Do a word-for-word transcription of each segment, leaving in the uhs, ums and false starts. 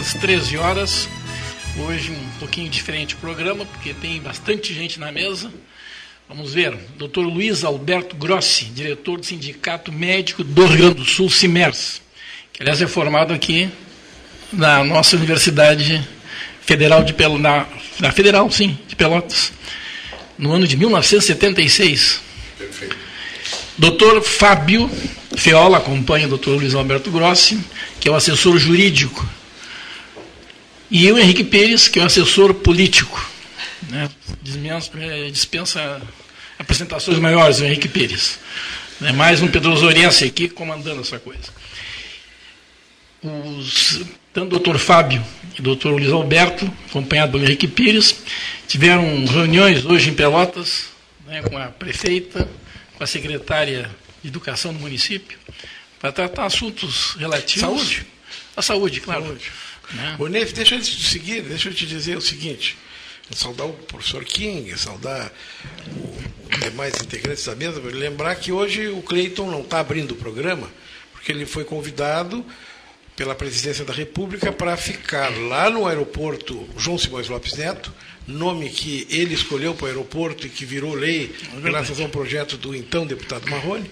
às treze horas. Hoje um pouquinho diferente o programa, porque tem bastante gente na mesa. Vamos ver, doutor Luiz Alberto Grossi, diretor do Sindicato Médico do Rio Grande do Sul, Simers, que aliás é formado aqui na nossa Universidade Federal de Pelotas, na, na Federal, sim, de Pelotas, no ano de mil novecentos e setenta e seis. Perfeito. doutor Fábio Feola acompanha o doutor Luiz Alberto Grossi, que é o assessor jurídico, e o Henrique Pires, que é o assessor político. Né? Dispensa apresentações maiores, o Henrique Pires. Né? Mais um pedrosoriense aqui comandando essa coisa. Os, tanto o doutor Fábio e o doutor Luiz Alberto, acompanhado pelo Henrique Pires, tiveram reuniões hoje em Pelotas, né, com a prefeita, com a secretária de Educação do município, para tratar assuntos relativos saúde. à saúde, claro. Saúde. Né? O Neif, deixa eu te seguir, deixa eu te dizer o seguinte, saudar o professor King, saudar os demais integrantes da mesa, lembrar que hoje o Cleiton não está abrindo o programa, porque ele foi convidado pela Presidência da República para ficar lá no aeroporto João Simões Lopes Neto, nome que ele escolheu para o aeroporto e que virou lei, graças a um projeto do então deputado Marrone.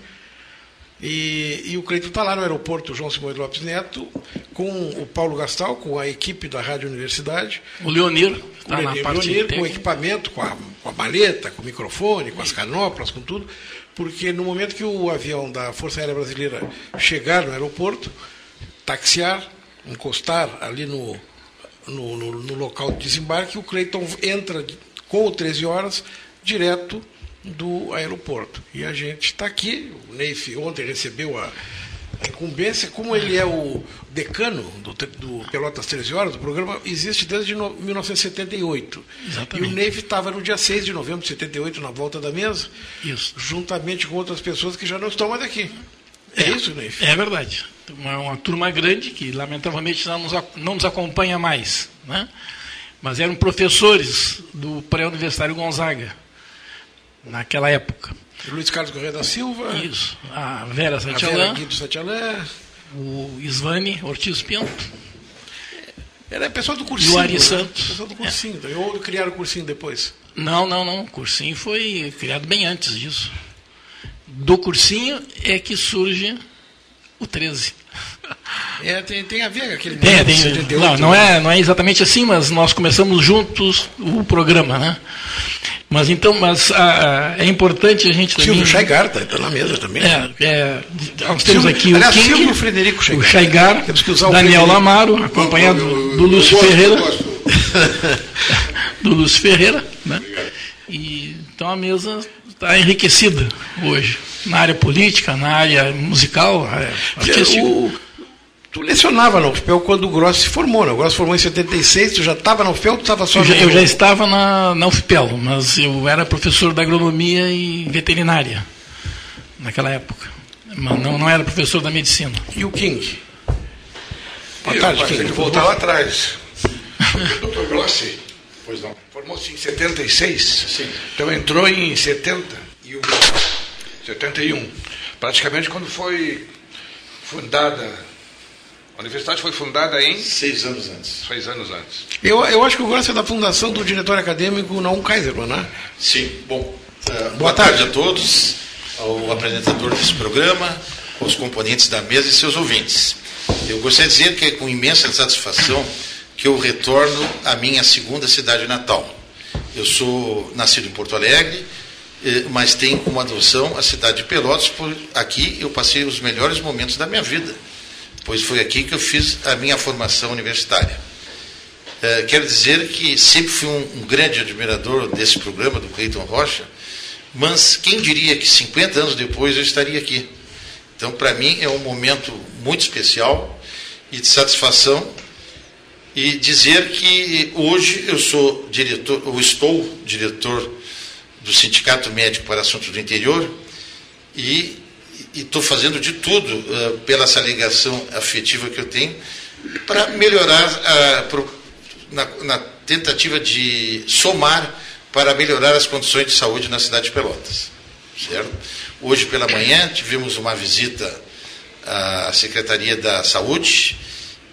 E, e o Cleiton está lá no aeroporto João Simões Lopes Neto, com o Paulo Gastal, com a equipe da Rádio Universidade. O Leonir está na parte Leonir, com o equipamento, com a, com a maleta, com o microfone, com as canoplas, com tudo, porque no momento que o avião da Força Aérea Brasileira chegar no aeroporto, taxiar, encostar ali no, no, no, no local de desembarque, o Cleiton entra com o treze horas direto do aeroporto. E a gente está aqui, o Neif ontem recebeu a, a incumbência, como ele é o decano do, do Pelotas treze horas, o programa existe desde no, mil novecentos e setenta e oito. Exatamente. E o Neif estava no dia seis de novembro de setenta e oito na volta da mesa, isso, juntamente com outras pessoas que já não estão mais aqui. É, é isso, Neif? É verdade. Uma, uma turma grande que, lamentavelmente, não nos, não nos acompanha mais. Né? Mas eram professores do pré-universitário Gonzaga, naquela época. Luiz Carlos Correia da Silva. Isso. A Vera Santialã. A Vera Guido Santialã. O Isvani Ortiz Pinto. Era pessoal do cursinho. E o Ari né? Santos. Pessoal do cursinho. É. Ou criaram o cursinho depois? Não, não, não. O cursinho foi criado bem antes disso. Do cursinho é que surge o treze. É, tem, tem a ver com aquele tem, tem, setenta e oito, não, não, é, não é exatamente assim, mas nós começamos juntos o programa, né? Mas então, mas a, a, é importante a gente também... Silvio Chaigar está na mesa também. É, é, nós temos Silvio, aqui o aliás, King, Silvio Frederico Chaigar. o Chaigar, o Daniel Lamaro, acompanhado eu, eu, eu, do Lúcio gosto, Ferreira. do Lúcio Ferreira, né? E, então a mesa está enriquecida hoje, na área política, na área musical, artística. O, tu lecionava na U F P E L quando o Grossi se formou, né? O Grossi se formou em setenta e seis, tu já estava na U F P E L ou tu estava só... Eu já, eu já estava na, na U F P E L, mas eu era professor de agronomia e veterinária naquela época. Mas não, não era professor da medicina. E o King? Boa tarde, King. Tem que voltar lá atrás. O doutor Grossi, pois não, formou-se em setenta e seis, sim. Então entrou em setenta e um. setenta e um. Praticamente quando foi fundada... A universidade foi fundada em... Seis anos antes. Seis anos antes. Eu, eu acho que o Grossi é da fundação do diretório acadêmico Naum Kaiserman, né? Sim. Bom, uh, boa, boa tarde. tarde a todos, ao apresentador desse programa, aos componentes da mesa e seus ouvintes. Eu gostaria de dizer que é com imensa satisfação que eu retorno à minha segunda cidade natal. Eu sou nascido em Porto Alegre, mas tenho como adoção a cidade de Pelotas, por aqui eu passei os melhores momentos da minha vida, pois foi aqui que eu fiz a minha formação universitária. É, quero dizer que sempre fui um, um grande admirador desse programa, do Cleiton Rocha, mas quem diria que cinquenta anos depois eu estaria aqui. Então, para mim, é um momento muito especial e de satisfação, e dizer que hoje eu sou diretor, ou estou diretor do Sindicato Médico para Assuntos do Interior, e estou fazendo de tudo uh, pela essa ligação afetiva que eu tenho para melhorar, uh, pro, na, na tentativa de somar para melhorar as condições de saúde na cidade de Pelotas. Certo? Hoje pela manhã tivemos uma visita à Secretaria da Saúde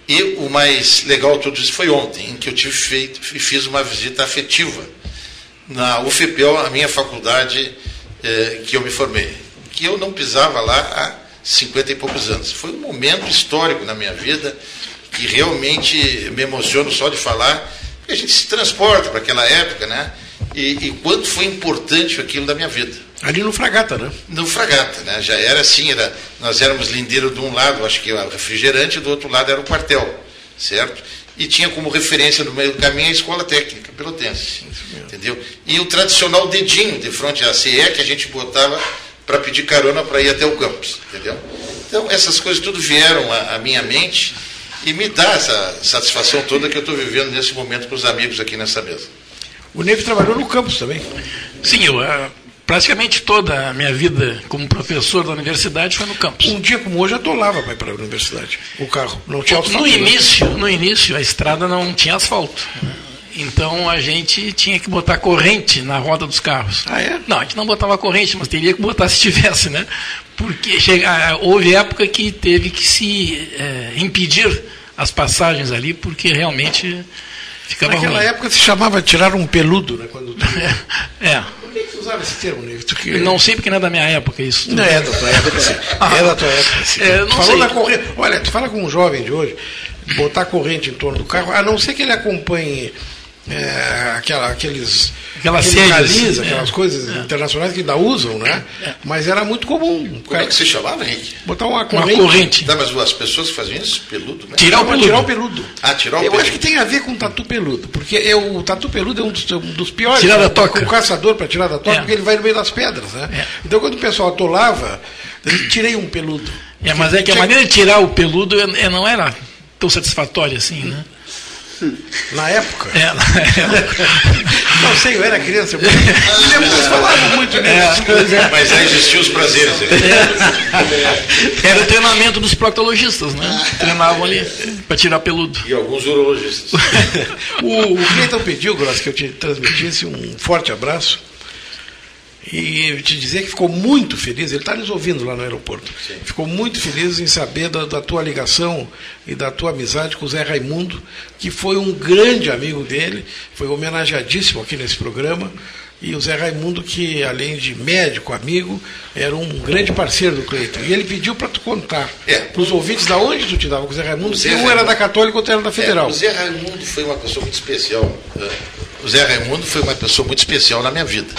E o mais legal de tudo isso foi ontem, em que eu tive feito, fiz uma visita afetiva na U F P E L, a minha faculdade eh, que eu me formei, que eu não pisava lá há cinquenta e poucos anos. Foi um momento histórico na minha vida, que realmente me emociono só de falar, porque a gente se transporta para aquela época, né? E, e quanto foi importante aquilo da minha vida. Ali no Fragata, né? No Fragata, né? Já era assim, era, nós éramos lindeiro de um lado, acho que era o refrigerante, do outro lado era o quartel, certo? E tinha como referência no meio do caminho a Escola Técnica Pelotense, entendeu? E o tradicional dedinho de frente à C E que a gente botava para pedir carona para ir até o campus, entendeu? Então, essas coisas tudo vieram à, à minha mente e me dá essa satisfação toda que eu estou vivendo nesse momento com os amigos aqui nessa mesa. O Neve trabalhou no campus também. Sim, eu, uh, praticamente toda a minha vida como professor da universidade foi no campus. Um dia como hoje atolava para ir para a universidade, o carro. Não tinha asfalto. No início, no início, a estrada não tinha asfalto. Então a gente tinha que botar corrente na roda dos carros. Ah, é? Não, a gente não botava corrente, mas teria que botar se tivesse, né? Porque chega, houve época que teve que se é, impedir as passagens ali, porque realmente ficava Naquela ruim. época se chamava tirar um peludo, né? Quando tu... É. Por que você usava esse termo, Neve? Tu que... Não sei porque não é da minha época isso. Não é da tua época, sim. É da tua época, sim. É, não Falou sei. da corrente. Olha, tu fala com um jovem de hoje, botar corrente em torno do carro, a não ser que ele acompanhe é, aquela, aqueles aquelas aquele sedes, caliza, é, aquelas coisas é. internacionais que ainda usam, né? É. Mas era muito comum. Como cara, é que se chamava, Henrique? botar uma corrente. Uma corrente. Tá, mas as pessoas que faziam isso, peludo, né? Tirar o peludo. Tirar o peludo. Ah, tirar o Eu peludo. acho que tem a ver com tatu peludo, porque é o, o tatu peludo é um dos, um dos piores. Tirar da né? toca. O caçador para tirar da toca, É. porque ele vai no meio das pedras, né? É. Então quando o pessoal atolava, eu tirei um peludo. É, mas é que a maneira de tirar o peludo é, é, não era tão satisfatória assim, né? Na época. É, na época. Não sei, eu era criança. Depois falavam muito nisso. É. Mas já existiam os prazeres. Né? É. Era o treinamento dos proctologistas, né? Treinavam ali para tirar peludo. E alguns urologistas. O, o Cleiton pediu, Gross, que eu te transmitisse um forte abraço e te dizer que ficou muito feliz, ele está nos ouvindo lá no aeroporto, Sim. ficou muito feliz em saber da, da tua ligação e da tua amizade com o Zé Raimundo, que foi um grande amigo dele, foi homenageadíssimo aqui nesse programa, e o Zé Raimundo, que além de médico, amigo, era um grande parceiro do Cleiton. E ele pediu para tu contar É. para os ouvintes da onde tu te dava com o Zé Raimundo, O Zé se um Raimundo. era da Católica, outro era da Federal. É, o Zé Raimundo foi uma pessoa muito especial. O Zé Raimundo foi uma pessoa muito especial na minha vida.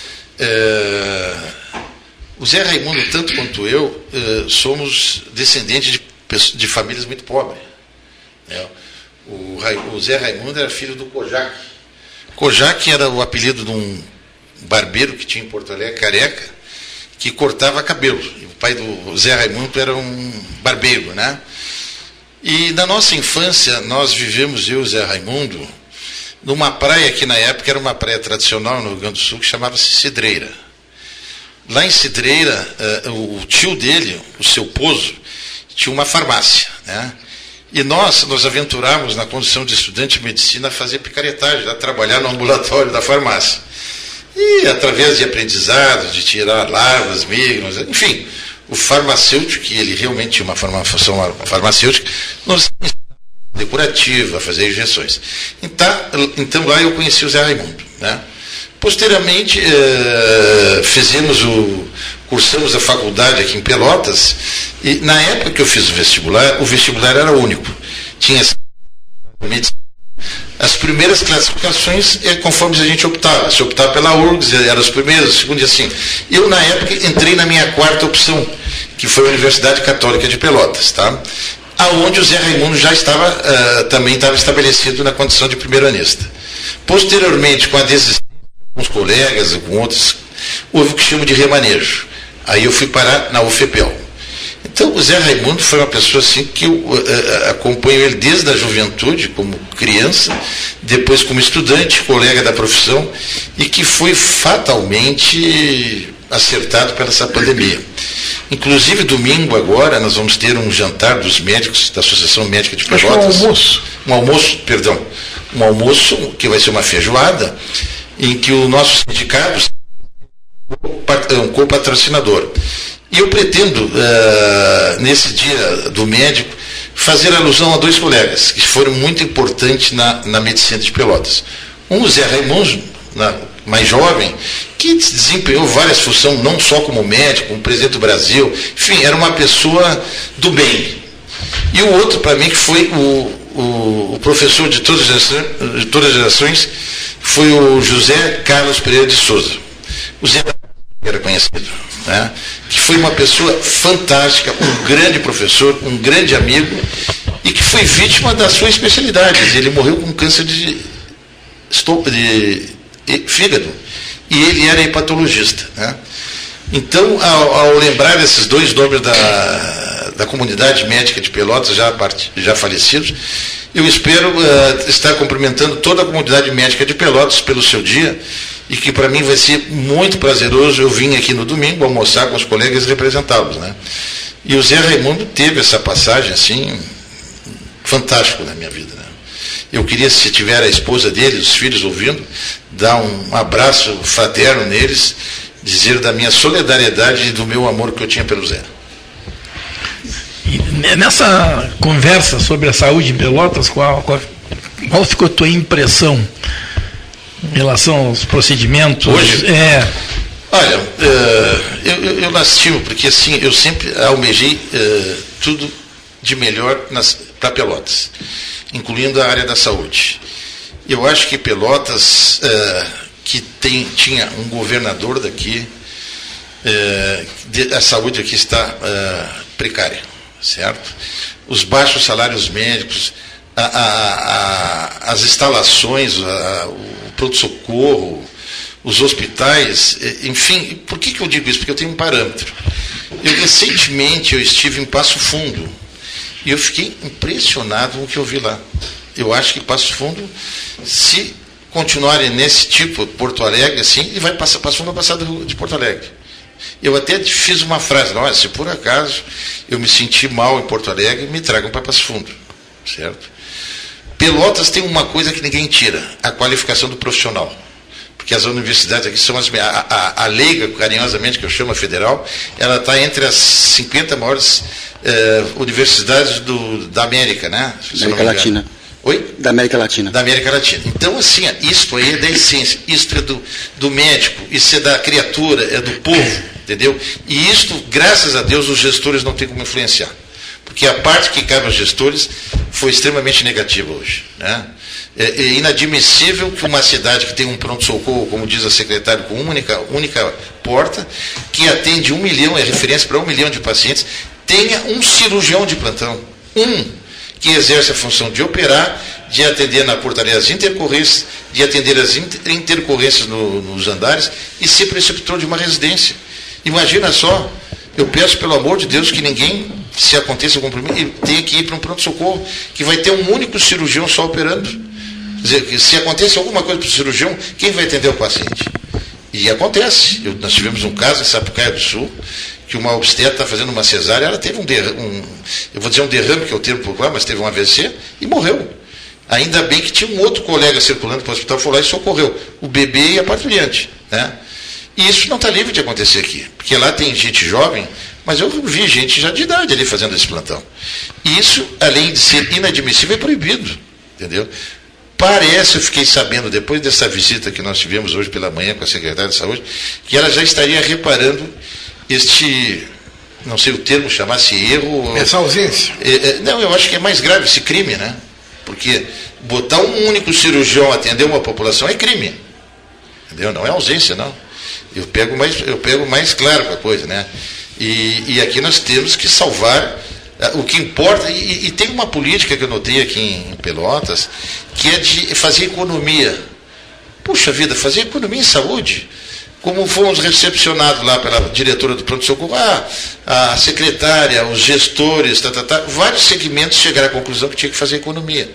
É, o Zé Raimundo, tanto quanto eu, é, somos descendentes de, pessoas- de famílias muito pobres. É, o, Rai- o Zé Raimundo era filho do Kojak. Kojak era o apelido de um barbeiro que tinha em Porto Alegre, careca, que cortava cabelo. E o pai do Zé Raimundo era um barbeiro, né? E na nossa infância, nós vivemos, eu e o Zé Raimundo, numa praia que na época era uma praia tradicional no Rio Grande do Sul, que chamava-se Cidreira. Lá em Cidreira, eh, o tio dele, o seu Pozo, tinha uma farmácia, né? E nós nos aventuramos na condição de estudante de medicina a fazer picaretagem, a trabalhar no ambulatório da farmácia. E através de aprendizados, de tirar larvas, migros, enfim, o farmacêutico, que ele realmente tinha uma formação farmacêutica, nos decorativa, fazer injeções. Então, então lá eu conheci o Zé Raimundo, né? Posteriormente, eh, fizemos o, cursamos a faculdade aqui em Pelotas, e na época que eu fiz o vestibular, o vestibular era único. Tinha as primeiras classificações é conforme a gente optava. Se optava pela U R G S, eram as primeiras, segundo e assim. Eu, na época, entrei na minha quarta opção, que foi a Universidade Católica de Pelotas, tá? Aonde o Zé Raimundo já estava, uh, também estava estabelecido na condição de primeiro-anista. Posteriormente, com a desistência com os colegas e com outros, houve o que chamo de remanejo. Aí eu fui parar na U F P E L. Então, o Zé Raimundo foi uma pessoa assim que eu uh, acompanho ele desde a juventude, como criança, depois como estudante, colega da profissão, e que foi fatalmente acertado pela essa pandemia. Inclusive, domingo agora, nós vamos ter um jantar dos médicos, da Associação Médica de Pelotas. Acho que um almoço. Um almoço, perdão. Um almoço que vai ser uma feijoada, em que o nosso sindicato é um co-patrocinador. E eu pretendo, uh, nesse dia do médico, fazer alusão a dois colegas que foram muito importantes na, na medicina de Pelotas. Um, o Zé Raimundo, na, mais jovem, que desempenhou várias funções, não só como médico, como presidente do Brasil, enfim, era uma pessoa do bem. E o outro, para mim, que foi o, o, o professor de todas, as gerações, de todas as gerações, foi o José Carlos Pereira de Souza. O Zé era conhecido, né? Que foi uma pessoa fantástica, um grande professor, um grande amigo, e que foi vítima da sua especialidade. Ele morreu com câncer de, de, de fígado, e ele era hepatologista, né? Então, ao, ao lembrar esses dois nomes da, da comunidade médica de Pelotas, já, part, já falecidos, eu espero uh, estar cumprimentando toda a comunidade médica de Pelotas pelo seu dia, e que para mim vai ser muito prazeroso eu vim aqui no domingo almoçar com os colegas e representá-los, né? E o Zé Raimundo teve essa passagem assim fantástica na minha vida, né? Eu queria, se tiver a esposa dele, os filhos ouvindo, dar um abraço fraterno neles, dizer da minha solidariedade e do meu amor que eu tinha pelo Zé. E nessa conversa sobre a saúde em Pelotas, qual, qual, qual ficou a tua impressão em relação aos procedimentos? Hoje? É. Olha, uh, eu, eu, eu lastimo, porque assim, eu sempre almejei uh, tudo de melhor para Pelotas, incluindo a área da saúde. Eu acho que Pelotas, uh, que tem, tinha um governador daqui, uh, de, a saúde aqui está uh, precária, certo? Os baixos salários médicos, a, a, a, as instalações, a, o pronto-socorro, os hospitais, enfim, por que, que eu digo isso? Porque eu tenho um parâmetro. Eu, recentemente eu estive em Passo Fundo e eu fiquei impressionado com o que eu vi lá. Eu acho que Passo Fundo, se continuarem nesse tipo, Porto Alegre, assim, ele vai passar, Passo Fundo vai passar de Porto Alegre. Eu até fiz uma frase, olha, se por acaso eu me sentir mal em Porto Alegre, me tragam para Passo Fundo, certo? Pelotas tem uma coisa que ninguém tira, a qualificação do profissional. Porque as universidades aqui são as... A, a, a leiga, carinhosamente, que eu chamo a federal, ela está entre as cinquenta maiores eh, universidades do, da América, né? América Latina. Oi? Da América Latina. Da América Latina. Então, assim, isto aí é da essência, isto é do, do médico, isso é da criatura, é do povo, entendeu? E isto, graças a Deus, os gestores não têm como influenciar. Porque a parte que cabe aos gestores foi extremamente negativa hoje, né? É, é inadmissível que uma cidade que tem um pronto-socorro, como diz a secretária, com uma única, única porta, que atende um milhão, é referência para um milhão de pacientes, tenha um cirurgião de plantão, um, que exerce a função de operar, de atender na portaria as intercorrências, de atender as inter, intercorrências no, nos andares e ser preceptor de uma residência. Imagina só, eu peço pelo amor de Deus que ninguém, se aconteça algum problema, tenha que ir para um pronto-socorro, que vai ter um único cirurgião só operando. Quer dizer, que se acontecer alguma coisa para o cirurgião, quem vai atender o paciente? E acontece. Eu, nós tivemos um caso em Sapucaia do Sul, que uma obstetra está fazendo uma cesárea, ela teve um derrame, um, eu vou dizer um derrame, que é o termo popular, mas teve um A V C e morreu. Ainda bem que tinha um outro colega circulando para o hospital, foi lá e socorreu o bebê e a partilhante, né? E isso não está livre de acontecer aqui, porque lá tem gente jovem, mas eu vi gente já de idade ali fazendo esse plantão. E isso, além de ser inadmissível, é proibido, entendeu? Parece, eu fiquei sabendo, depois dessa visita que nós tivemos hoje pela manhã com a secretária de saúde, que ela já estaria reparando este, não sei o termo, chamar-se erro... Essa ausência. É, é, não, eu acho que é mais grave esse crime, né? Porque botar um único cirurgião a atender uma população é crime. Entendeu? Não é ausência, não. Eu pego mais, eu pego mais claro com a coisa, né? E, e aqui nós temos que salvar uh, o que importa, e, e tem uma política que eu notei aqui em Pelotas, que é de fazer economia. Puxa vida, fazer economia em saúde. Como fomos recepcionados lá pela diretora do pronto-socorro, ah, a secretária, os gestores, tá, tá, tá, vários segmentos chegaram à conclusão que tinha que fazer economia.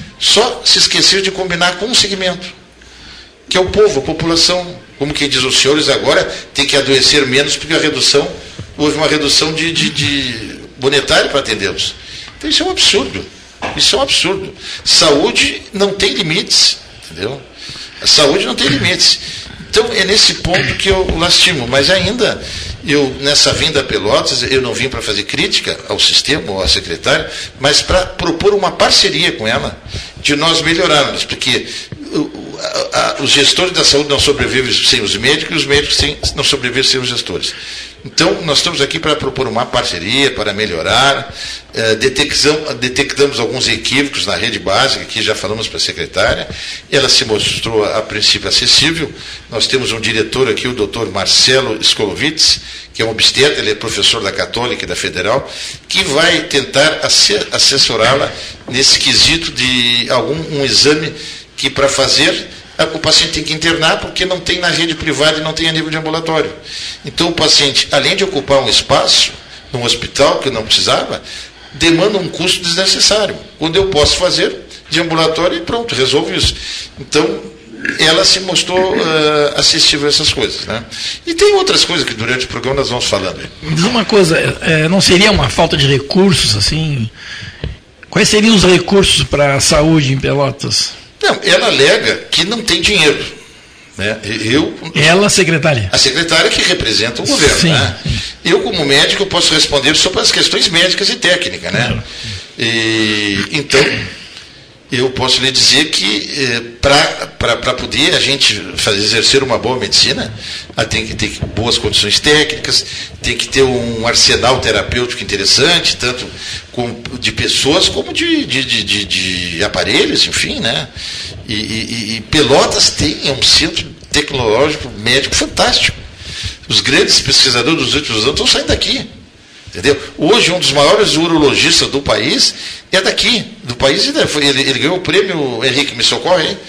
Só se esquecer de combinar com um segmento, que é o povo, a população. Como quem diz, os senhores agora têm que adoecer menos porque a redução, houve uma redução de, de, de monetária para atendê-los. Então isso é um absurdo. Isso é um absurdo. Saúde não tem limites, entendeu? A saúde não tem limites. Então é nesse ponto que eu lastimo, mas ainda eu, nessa vinda a Pelotas, eu não vim para fazer crítica ao sistema ou à secretária, mas para propor uma parceria com ela, de nós melhorarmos, porque o, a, a, os gestores da saúde não sobrevivem sem os médicos, e os médicos sem, não sobrevivem sem os gestores. Então, nós estamos aqui para propor uma parceria, para melhorar, eh, detectamos, detectamos alguns equívocos na rede básica, que já falamos para a secretária, ela se mostrou a princípio acessível. Nós temos um diretor aqui, o doutor Marcelo Skolovitz, que é um obstetra, ele é professor da Católica e da Federal, que vai tentar assessorá-la nesse quesito de algum um exame que, para fazer, o paciente tem que internar porque não tem na rede privada e não tem a nível de ambulatório. Então o paciente, além de ocupar um espaço num hospital que não precisava, demanda um custo desnecessário. Quando eu posso fazer de ambulatório, e pronto, resolvo isso. Então, ela se mostrou uh, acessível a essas coisas. Né? E tem outras coisas que durante o programa nós vamos falando. Me diz uma coisa, é, não seria uma falta de recursos, assim? Quais seriam os recursos para a saúde em Pelotas? Não, ela alega que não tem dinheiro. Né? Eu, ela, secretária? A secretária que representa o governo. Sim, né? Sim. Eu, como médico, posso responder sobre as questões médicas e técnicas. Né? E, então, eu posso lhe dizer que eh, para poder a gente fazer, exercer uma boa medicina, ela tem que ter boas condições técnicas, tem que ter um arsenal terapêutico interessante, tanto com, de pessoas como de, de, de, de, de aparelhos, enfim, né? E, e, e Pelotas tem é um centro tecnológico médico fantástico. Os grandes pesquisadores dos últimos anos estão saindo daqui. Entendeu? Hoje, um dos maiores urologistas do país é daqui, do país, e ele, ele ganhou o prêmio, Henrique, me socorre, hein?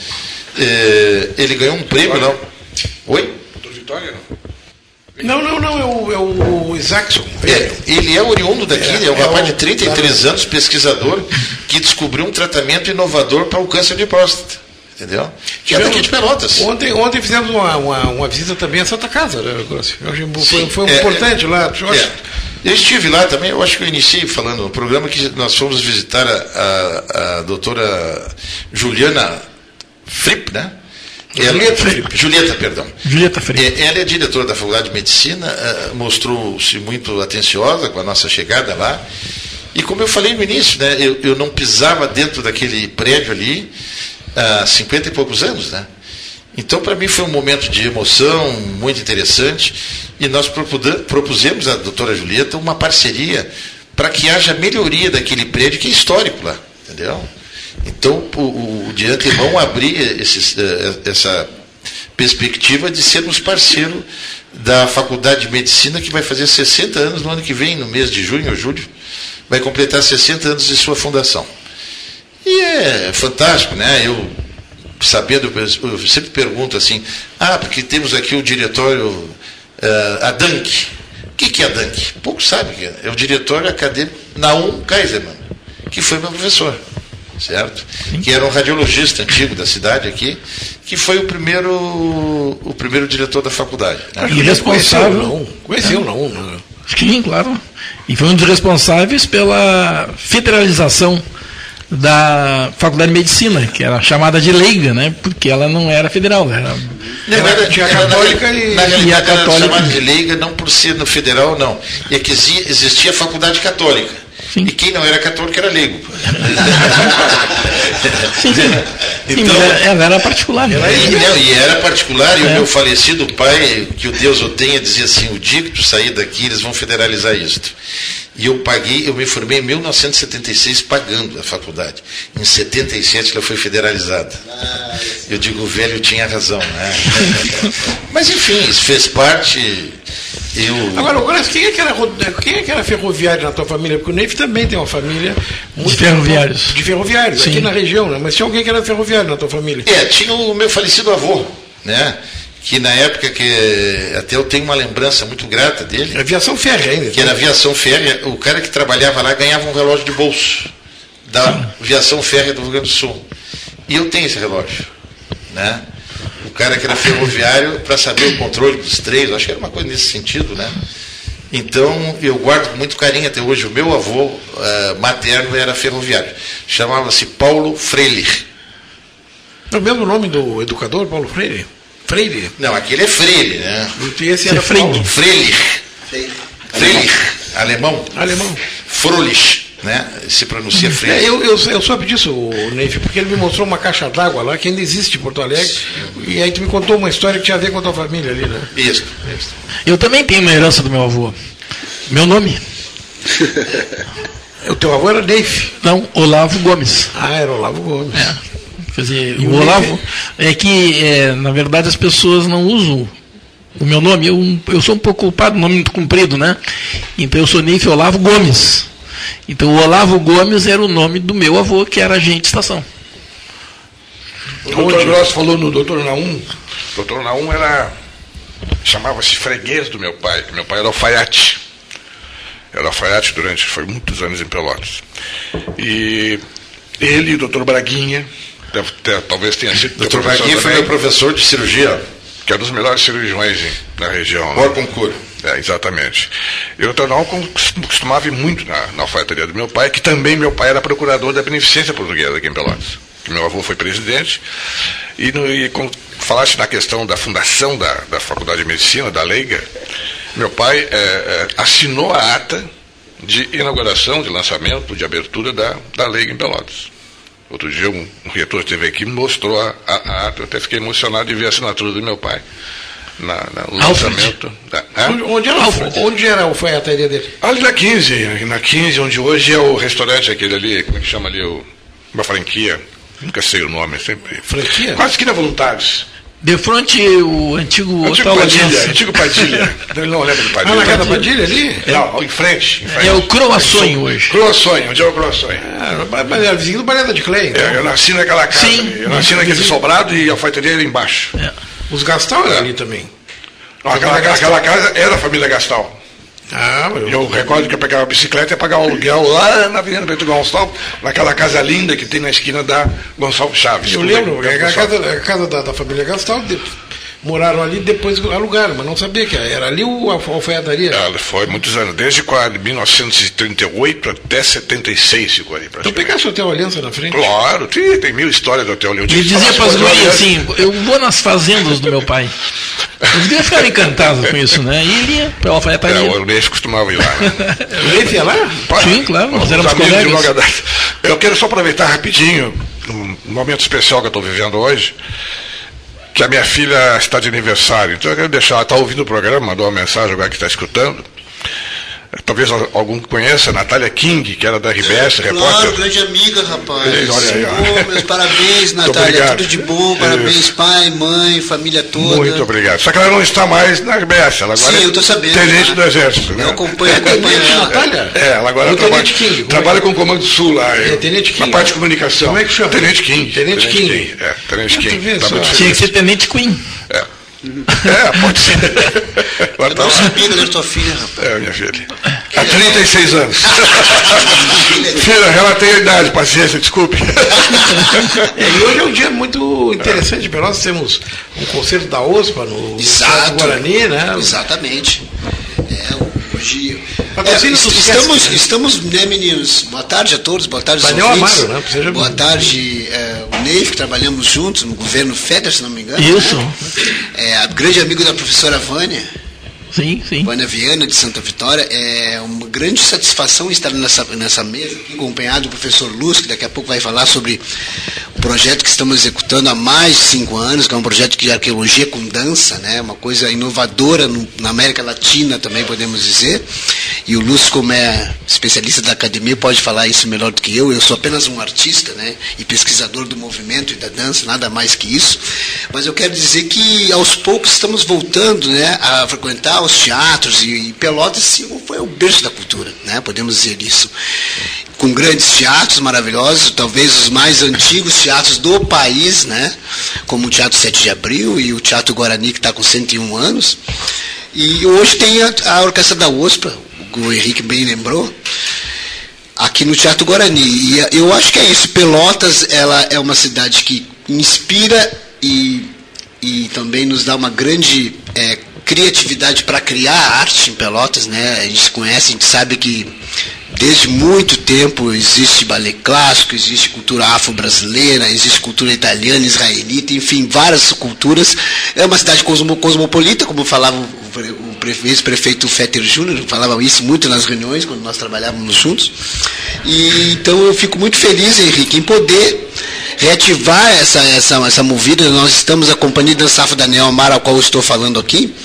É, ele ganhou um prêmio, não. Oi? Doutor Vitória, não? Não, não, não, é o, é o Isaacson. É, ele é oriundo daqui, é, é um é rapaz o, de trinta e três anos, pesquisador, que descobriu um tratamento inovador para o câncer de próstata. Entendeu? Que é daqui de Pelotas. Ontem, ontem fizemos uma, uma, uma visita também à Santa Casa, né, Grossi? Foi, foi é, importante é, lá. Eu, é. eu estive lá também, eu acho que eu iniciei falando no programa que nós fomos visitar a, a, a doutora Juliana Fripp, né? Ela, Julieta Fripp. Julieta, perdão. Julieta Fripp. Ela é diretora da Faculdade de Medicina, mostrou-se muito atenciosa com a nossa chegada lá. E como eu falei no início, né, eu, eu não pisava dentro daquele prédio ali há cinquenta e poucos anos, né? Então, para mim, foi um momento de emoção muito interessante e nós propusemos à doutora Julieta uma parceria para que haja melhoria daquele prédio que é histórico lá, entendeu? Então, o, o de antemão abrir esses, essa perspectiva de sermos parceiro da Faculdade de Medicina, que vai fazer sessenta anos no ano que vem, no mês de junho ou julho, vai completar sessenta anos de sua fundação. E é fantástico, né? Eu, sabendo, eu sempre pergunto assim, ah, porque temos aqui o diretório, uh, a D A N C. O que, que é a D A N C? Poucos sabem que é. É o diretório acadêmico Naum Kaiserman, que foi meu professor, certo? Sim. Que era um radiologista antigo da cidade aqui, que foi o primeiro, o primeiro diretor da faculdade. Né? E responsável. Conheceu o Naum, né? Sim, claro. E foi um dos responsáveis pela federalização da Faculdade de Medicina, que era chamada de leiga, né? Porque ela não era federal, era, não, era, era, tinha a católica era, e, na realidade, e a católica era chamada de leiga não por ser no federal, não. É que existia a faculdade católica. Sim. E quem não era católico era leigo. Sim, sim. Então, sim, mas ela era particular. Né? E, não, e era particular, e é. o meu falecido pai, que o Deus o tenha, dizia assim, o dia que tu sair daqui, eles vão federalizar isto. E eu paguei, eu me formei em mil novecentos e setenta e seis pagando a faculdade. Em setenta e sete ela foi federalizada. Ah, eu digo, o velho tinha razão. Né? Mas enfim, isso fez parte. Eu... Agora, agora quem, é que era, quem é que era ferroviário na tua família? Porque o Neif também tem uma família muito de ferroviários. De ferroviários, sim, aqui na região, né? Mas tinha alguém que era ferroviário na tua família? É, tinha o meu falecido avô, né? Que na época que até eu tenho uma lembrança muito grata dele. Aviação férrea ainda. Que era aviação férrea, o cara que trabalhava lá ganhava um relógio de bolso da sim. aviação férrea do Rio Grande do Sul. E eu tenho esse relógio, né? O cara que era ferroviário para saber o controle dos trens, acho que era uma coisa nesse sentido, né? Então eu guardo com muito carinho até hoje. O meu avô uh, materno era ferroviário, chamava-se Paulo Freilich. É o mesmo nome do educador, Paulo Freire? Freire? Não, aquele é Freire, né? E esse era Freire. Freilich. Freilich, alemão. Alemão. Frolich, né? Se pronuncia Freilich. É, eu, eu, eu soube disso, Neif, porque ele me mostrou uma caixa d'água lá, que ainda existe em Porto Alegre, e aí tu me contou uma história que tinha a ver com a tua família ali, né? Isso. Isso. Eu também tenho uma herança do meu avô. Meu nome? O teu avô era Neif? Não, Olavo Gomes. Ah, era Olavo Gomes. É. Quer dizer, E o o Olavo é que, é, na verdade, as pessoas não usam o meu nome. Eu, eu sou um pouco culpado, nome muito comprido, né? Então eu sou Neif Olavo Gomes. Então o Olavo Gomes era o nome do meu avô, que era agente de estação. O doutor Gross falou no doutor Naum. O doutor Naum era, chamava-se freguês do meu pai. Meu pai era alfaiate. Era alfaiate durante, foi muitos anos em Pelotas. E ele e o doutor Braguinha, deve ter, talvez tenha sido... doutor Braguinha foi meu professor de cirurgia. Que é um dos melhores cirurgiões na região. Por concurso. É, exatamente. E o doutor Naum costumava ir muito na, na alfaiataria do meu pai, que também meu pai era procurador da Beneficência Portuguesa aqui em Pelotas. Que meu avô foi presidente. E, no, e com, falaste na questão da fundação da, da Faculdade de Medicina, da Leiga, meu pai é, é, assinou a ata de inauguração, de lançamento, de abertura da, da Leiga em Pelotas. Outro dia um, um reitor esteve aqui e me mostrou a, a, a ata. Eu até fiquei emocionado de ver a assinatura do meu pai na, na, no lançamento. Da, onde, onde, era, onde era a alfaiataria dele? Ali na quinze, na quinze, onde hoje é o restaurante aquele ali, como é que chama ali, o, uma franquia. Nunca sei o nome, sempre. Franquia? Quase que na Voluntários. De frente, o antigo Antigo Hotel Padilha, Aliança. antigo Padilha. Ele não lembra do Padilha. Ah, na casa da Padilha ali? Não, em frente. Em frente. É o Croaçonho hoje. Croaçonho, onde é o Croaçonho? Ah, mas era vizinho do Bareta de Clay, então. É, eu nasci naquela casa. Sim. ali. Eu nasci naquele sobrado e a alfaiataria era embaixo. É. Os Gastal eram É. ali também. Não, aquela, aquela casa era a família Gastal. Ah, mas Eu recordo que eu pegava a bicicleta e ia pagar o aluguel lá na Avenida Bento Gonçalves, naquela casa linda que tem na esquina da Gonçalves Chaves. eu lembro, é a casa, a casa da, da família Gastal, de, moraram ali, depois alugaram, mas não sabia que era ali o, a alfaiataria. Ela foi muitos anos, desde mil novecentos e trinta e oito até setenta e seis ficou ali. Então pegasse o Hotel Aliança na frente? Claro, tem, tem mil histórias do Hotel Aliança. Ele dizia para as gurias assim, eu vou nas fazendas do meu pai. Os gurias ficaram encantados com isso, né? E ele ia para a alfaiataria. É, o Neif costumava ir lá. Né? O Neif ia lá? Sim, claro, nós Os éramos amigos de colegas. longa data. Eu quero só aproveitar rapidinho, um momento especial que eu estou vivendo hoje, que a minha filha está de aniversário. Então eu quero deixar, ela está ouvindo o programa, mandou uma mensagem agora que está escutando. Talvez algum conheça, Natália King, que era da R B S, claro, repórter. Claro, grande amiga, rapaz. Ei, olha aí, oh, meus parabéns, Natália. Tudo de bom, parabéns, Isso. pai, mãe, família toda. Muito obrigado. Só que ela não está mais na R B S, ela agora Sim, é eu estou sabendo, tenente né? do Exército. Né? Eu acompanho, acompanho é, ela. Natália? É, ela agora o trabalha, King, trabalha com o Comando Sul lá. É, Tenente King. Na parte de comunicação. Como é que chama? Tenente King. Tenente, Tenente King. King. É, Tenente King. Vê, Tá muito Tinha que ser Tenente Queen. É. É, pode ser. Eu não sabia que era tua filha, rapaz. É, minha filha. Há trinta e seis anos. Filha, relatei a idade, paciência, desculpe. É, e hoje é um dia muito interessante para nós. Temos um concerto da O S P A no Exato. Guarani, né? Exatamente. É, hoje. Patrocínio É, do estamos, Sesc, né? estamos, né, meninos? Boa tarde a todos, boa tarde aos Daniel ouvintes. Amaro, né? Seja Boa bom. tarde, é, o Neif, que trabalhamos juntos no governo Feder, se não me engano. Isso. Né? É, grande amigo da professora Vânia. Sim, sim. Vânia Viana, de Santa Vitória. É uma grande satisfação estar nessa, nessa mesa, aqui, acompanhado do professor Luz, que daqui a pouco vai falar sobre o projeto que estamos executando há mais de cinco anos, que é um projeto de arqueologia com dança, né? Uma coisa inovadora no, na América Latina também, podemos dizer. E o Lúcio, como é especialista da academia, pode falar isso melhor do que eu. Eu sou apenas um artista, né, e pesquisador do movimento e da dança, nada mais que isso. Mas eu quero dizer que, aos poucos, estamos voltando, né, a frequentar os teatros, e, e Pelotas sim, foi o berço da cultura, né, podemos dizer isso. Com grandes teatros maravilhosos, talvez os mais antigos teatros do país, né, como o Teatro sete de abril e o Teatro Guarani, que está com cento e um anos. E hoje tem a, a Orquestra da O S P A, o Henrique bem lembrou, aqui no Teatro Guarani. E eu acho que é isso. Pelotas, ela é uma cidade que inspira e, e também nos dá uma grande é, criatividade para criar arte em Pelotas, né? A gente conhece, a gente sabe que desde muito tempo existe balé clássico, existe cultura afro-brasileira, existe cultura italiana, israelita, enfim, várias culturas. É uma cidade cosmopolita, como falava o ex-prefeito Fetter Júnior, falava isso muito nas reuniões, quando nós trabalhávamos juntos. E, então eu fico muito feliz, Henrique, em poder reativar essa, essa, essa movida. Nós estamos, a Companhia de Dança Afro da Neomar, a qual eu estou falando aqui,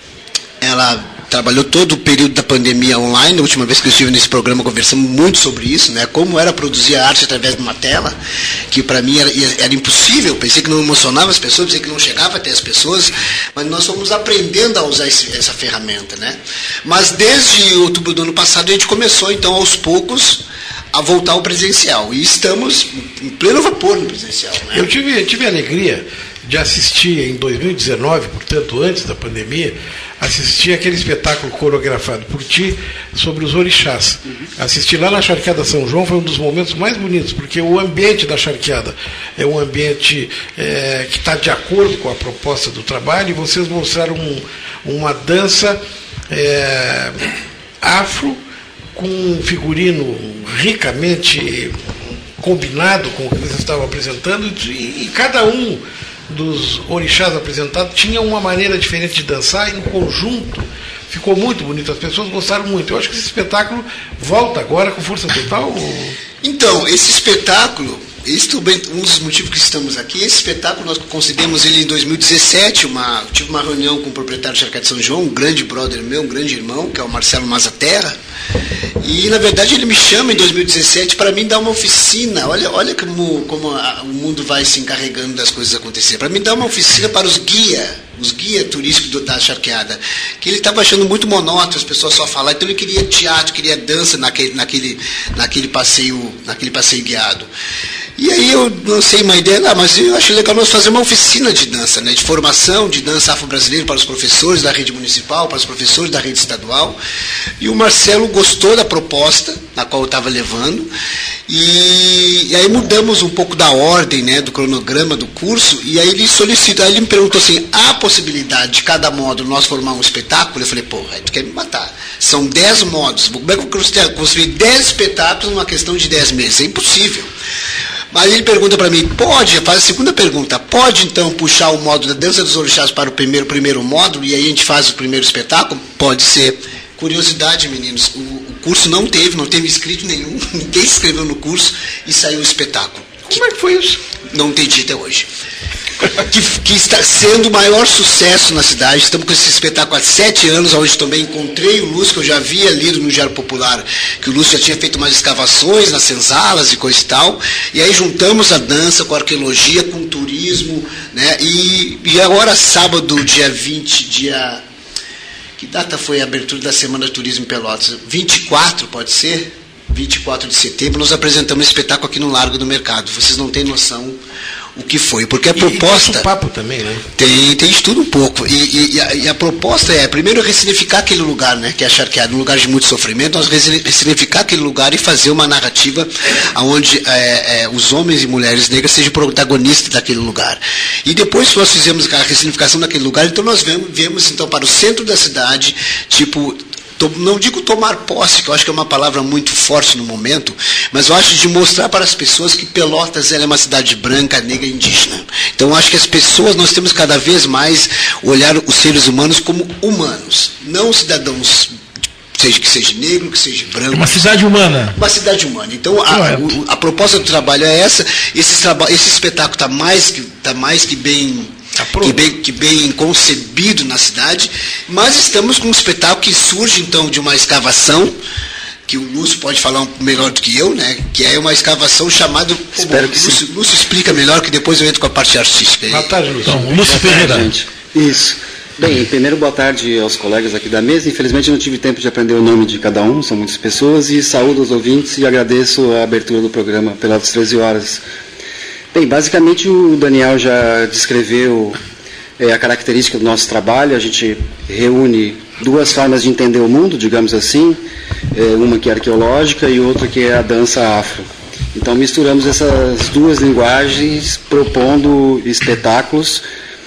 ela trabalhou todo o período da pandemia online. A última vez que eu estive nesse programa conversamos muito sobre isso, né? Como era produzir a arte através de uma tela, que para mim era, era impossível. Pensei que não emocionava as pessoas, pensei que não chegava até as pessoas, mas nós fomos aprendendo a usar esse, essa ferramenta, né? Mas desde outubro do ano passado a gente começou, então, aos poucos, a voltar ao presencial. E estamos em pleno vapor no presencial, né? Eu tive, tive a alegria de assistir em dois mil e dezenove, portanto, antes da pandemia, assisti aquele espetáculo coreografado por ti sobre os orixás. Uhum. Assisti lá na Charqueada São João, foi um dos momentos mais bonitos, porque o ambiente da Charqueada é um ambiente é, que está de acordo com a proposta do trabalho, e vocês mostraram um, uma dança é, afro, com um figurino ricamente combinado com o que vocês estavam apresentando, e, e cada um dos orixás apresentados tinha uma maneira diferente de dançar, e no conjunto ficou muito bonito, as pessoas gostaram muito. Eu acho que esse espetáculo volta agora com força total. Então, esse espetáculo, esse um dos motivos que estamos aqui, esse espetáculo nós concedemos ele em dois mil e dezessete, uma, tive uma reunião com o proprietário do Charqueada São João, um grande brother meu, um grande irmão, que é o Marcelo Mazaterra, e na verdade ele me chama em dois mil e dezessete para mim dar uma oficina. Olha, olha como, como a, o mundo vai se encarregando das coisas acontecerem, para mim dar uma oficina para os guias, os guias turísticos do, da Charqueada, que ele estava achando muito monótono, as pessoas só falar, então ele queria teatro, queria dança naquele, naquele, naquele, passeio, naquele passeio guiado. E aí eu lancei uma ideia, ah, mas eu acho legal nós fazer uma oficina de dança, né, de formação de dança afro-brasileira para os professores da rede municipal, para os professores da rede estadual. E o Marcelo gostou da proposta, na qual eu estava levando, e, e aí mudamos um pouco da ordem, né, do cronograma do curso, e aí ele solicitou, aí ele me perguntou assim, há a possibilidade de cada módulo nós formar um espetáculo? Eu falei, porra, tu quer me matar. São dez módulos, como é que eu vou construir dez espetáculos numa questão de dez meses? É impossível. Mas ele pergunta para mim, pode, faz a segunda pergunta, pode então puxar o módulo da dança dos orixás para o primeiro, primeiro módulo, e aí a gente faz o primeiro espetáculo? Pode ser. Curiosidade, meninos, o, o curso não teve, não teve inscrito nenhum, ninguém se inscreveu no curso e saiu o espetáculo. Como é que foi isso? Não entendi até hoje. Que, que está sendo o maior sucesso na cidade. Estamos com esse espetáculo há sete anos, onde também encontrei o Lúcio, que eu já havia lido no Diário Popular, que o Lúcio já tinha feito umas escavações nas senzalas e coisa e tal, e aí juntamos a dança com a arqueologia, com o turismo, né? e, e agora sábado, dia vinte, dia... Que data foi a abertura da Semana de Turismo em Pelotas? vinte e quatro, pode ser? vinte e quatro de setembro, nós apresentamos esse espetáculo aqui no Largo do Mercado. Vocês não têm noção o que foi, porque a proposta... E tem papo também, né? Tem, tem estudo um pouco, e, e, e, a, e a proposta é, primeiro, ressignificar aquele lugar, né, que é a Charqueada, um lugar de muito sofrimento, nós ressignificar aquele lugar e fazer uma narrativa onde é, é, os homens e mulheres negras sejam protagonistas daquele lugar. E depois que nós fizemos a ressignificação daquele lugar, então nós viemos, viemos então, para o centro da cidade, tipo... Não digo tomar posse, que eu acho que é uma palavra muito forte no momento, mas eu acho de mostrar para as pessoas que Pelotas ela é uma cidade branca, negra e indígena. Então eu acho que as pessoas, nós temos cada vez mais olhar os seres humanos como humanos, não cidadãos, seja que seja negro, que seja branco. Uma cidade humana. Uma cidade humana. Então a, o, a proposta do trabalho é essa, esse, esse espetáculo está mais, que, tá mais que bem... Que bem, que bem concebido na cidade, mas estamos com um espetáculo que surge então de uma escavação, que o Lúcio pode falar um melhor do que eu, né? Que é uma escavação chamada... Espero que Lúcio, sim. Lúcio explica melhor, que depois eu entro com a parte artística. Boa tarde, Lúcio. Então, Lúcio Ferreira. Isso. Bem, primeiro, boa tarde aos colegas aqui da mesa. Infelizmente, eu não tive tempo de aprender o nome de cada um, são muitas pessoas, e saúdo os ouvintes e agradeço a abertura do programa pelas treze horas. Bem, basicamente o Daniel já descreveu é, a característica do nosso trabalho. A gente reúne duas formas de entender o mundo, digamos assim, é, uma que é arqueológica e outra que é a dança afro. Então misturamos essas duas linguagens propondo espetáculos.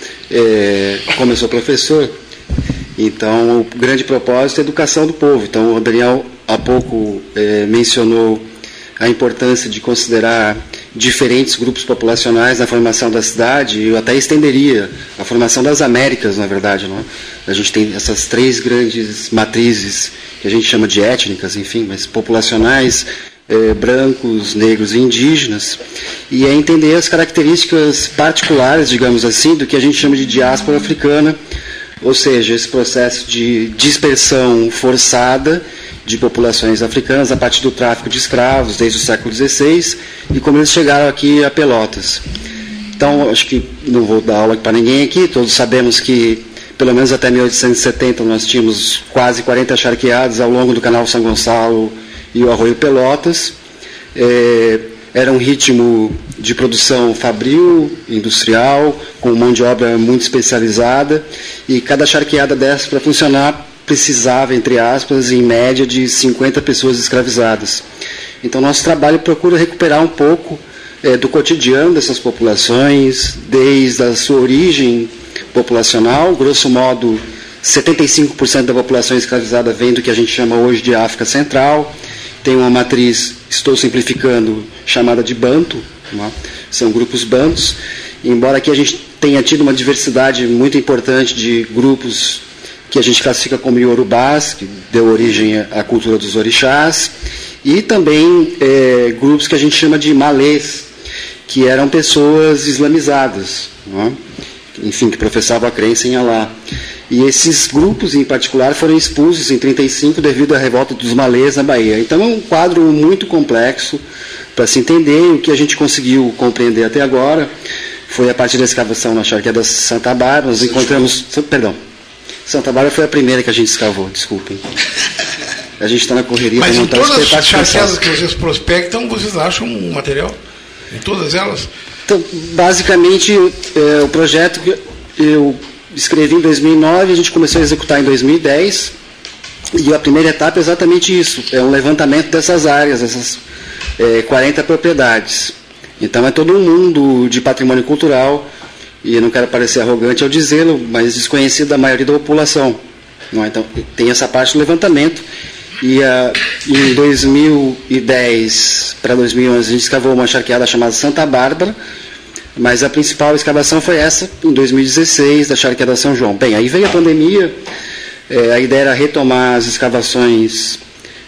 É, como eu sou professor, então o grande propósito é a educação do povo. Então o Daniel há pouco é, mencionou a importância de considerar diferentes grupos populacionais na formação da cidade. Eu até estenderia a formação das Américas, na verdade. Não é? A gente tem essas três grandes matrizes, que a gente chama de étnicas, enfim, mas populacionais, eh, brancos, negros e indígenas, e é entender as características particulares, digamos assim, do que a gente chama de diáspora africana, ou seja, esse processo de dispersão forçada de populações africanas a partir do tráfico de escravos desde o século dezesseis e como eles chegaram aqui a Pelotas. Então, acho que não vou dar aula para ninguém aqui, todos sabemos que pelo menos até mil oitocentos e setenta nós tínhamos quase quarenta charqueadas ao longo do canal São Gonçalo e o Arroio Pelotas. É, era um ritmo de produção fabril, industrial, com mão de obra muito especializada, e cada charqueada dessa, para funcionar, precisava, entre aspas, em média de cinquenta pessoas escravizadas. Então, nosso trabalho procura recuperar um pouco é, do cotidiano dessas populações, desde a sua origem populacional. Grosso modo, setenta e cinco por cento da população escravizada vem do que a gente chama hoje de África Central. Tem uma matriz, estou simplificando, chamada de Banto, né? São grupos bantos. Embora aqui a gente tenha tido uma diversidade muito importante de grupos que a gente classifica como iorubás, que deu origem à cultura dos orixás, e também é, grupos que a gente chama de malês, que eram pessoas islamizadas, não é? Enfim, que professavam a crença em Alá. E esses grupos, em particular, foram expulsos em trinta e cinco devido à revolta dos malês na Bahia. Então é um quadro muito complexo para se entender. O que a gente conseguiu compreender até agora foi a partir da escavação na charqueada Santa Bárbara. Nós encontramos... Perdão. Santa Bárbara foi a primeira que a gente escavou, desculpem. A gente está na correria para montar os Mas em todas as charqueadas que vocês prospectam, vocês acham um material? Em todas elas? Então, basicamente, é, o projeto que eu escrevi em dois mil e nove, a gente começou a executar em dois mil e dez, e a primeira etapa é exatamente isso, é um levantamento dessas áreas, essas é, quarenta propriedades. Então, é todo um mundo de patrimônio cultural, e eu não quero parecer arrogante ao dizê-lo, mas desconhecido da maioria da população. Não é? Então, tem essa parte do levantamento. E uh, em dois mil e dez para dois mil e onze, a gente escavou uma charqueada chamada Santa Bárbara, mas a principal escavação foi essa, em dois mil e dezesseis, da charqueada São João. Bem, aí veio a pandemia, eh, a ideia era retomar as escavações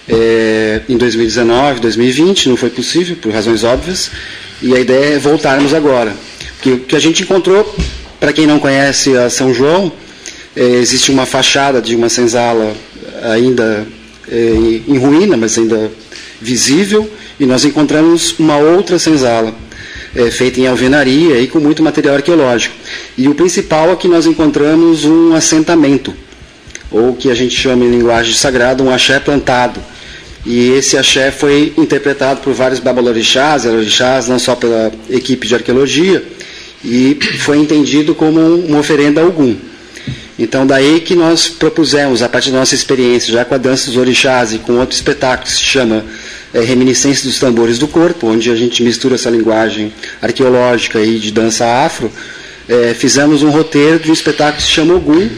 eh, em dois mil e dezenove, dois mil e vinte, não foi possível, por razões óbvias, e a ideia é voltarmos agora. Porque o que a gente encontrou, para quem não conhece a São João, é, existe uma fachada de uma senzala ainda é, em ruína, mas ainda visível, e nós encontramos uma outra senzala, é, feita em alvenaria e com muito material arqueológico. E o principal é que nós encontramos um assentamento, ou que a gente chama em linguagem sagrada, um axé plantado. E esse axé foi interpretado por vários babalorixás, orixás, não só pela equipe de arqueologia, e foi entendido como uma oferenda a Ogum. Então, daí que nós propusemos, a partir da nossa experiência, já com a dança dos orixás e com outro espetáculo que se chama é, Reminiscência dos Tambores do Corpo, onde a gente mistura essa linguagem arqueológica e de dança afro, é, fizemos um roteiro de um espetáculo que se chama Ogum,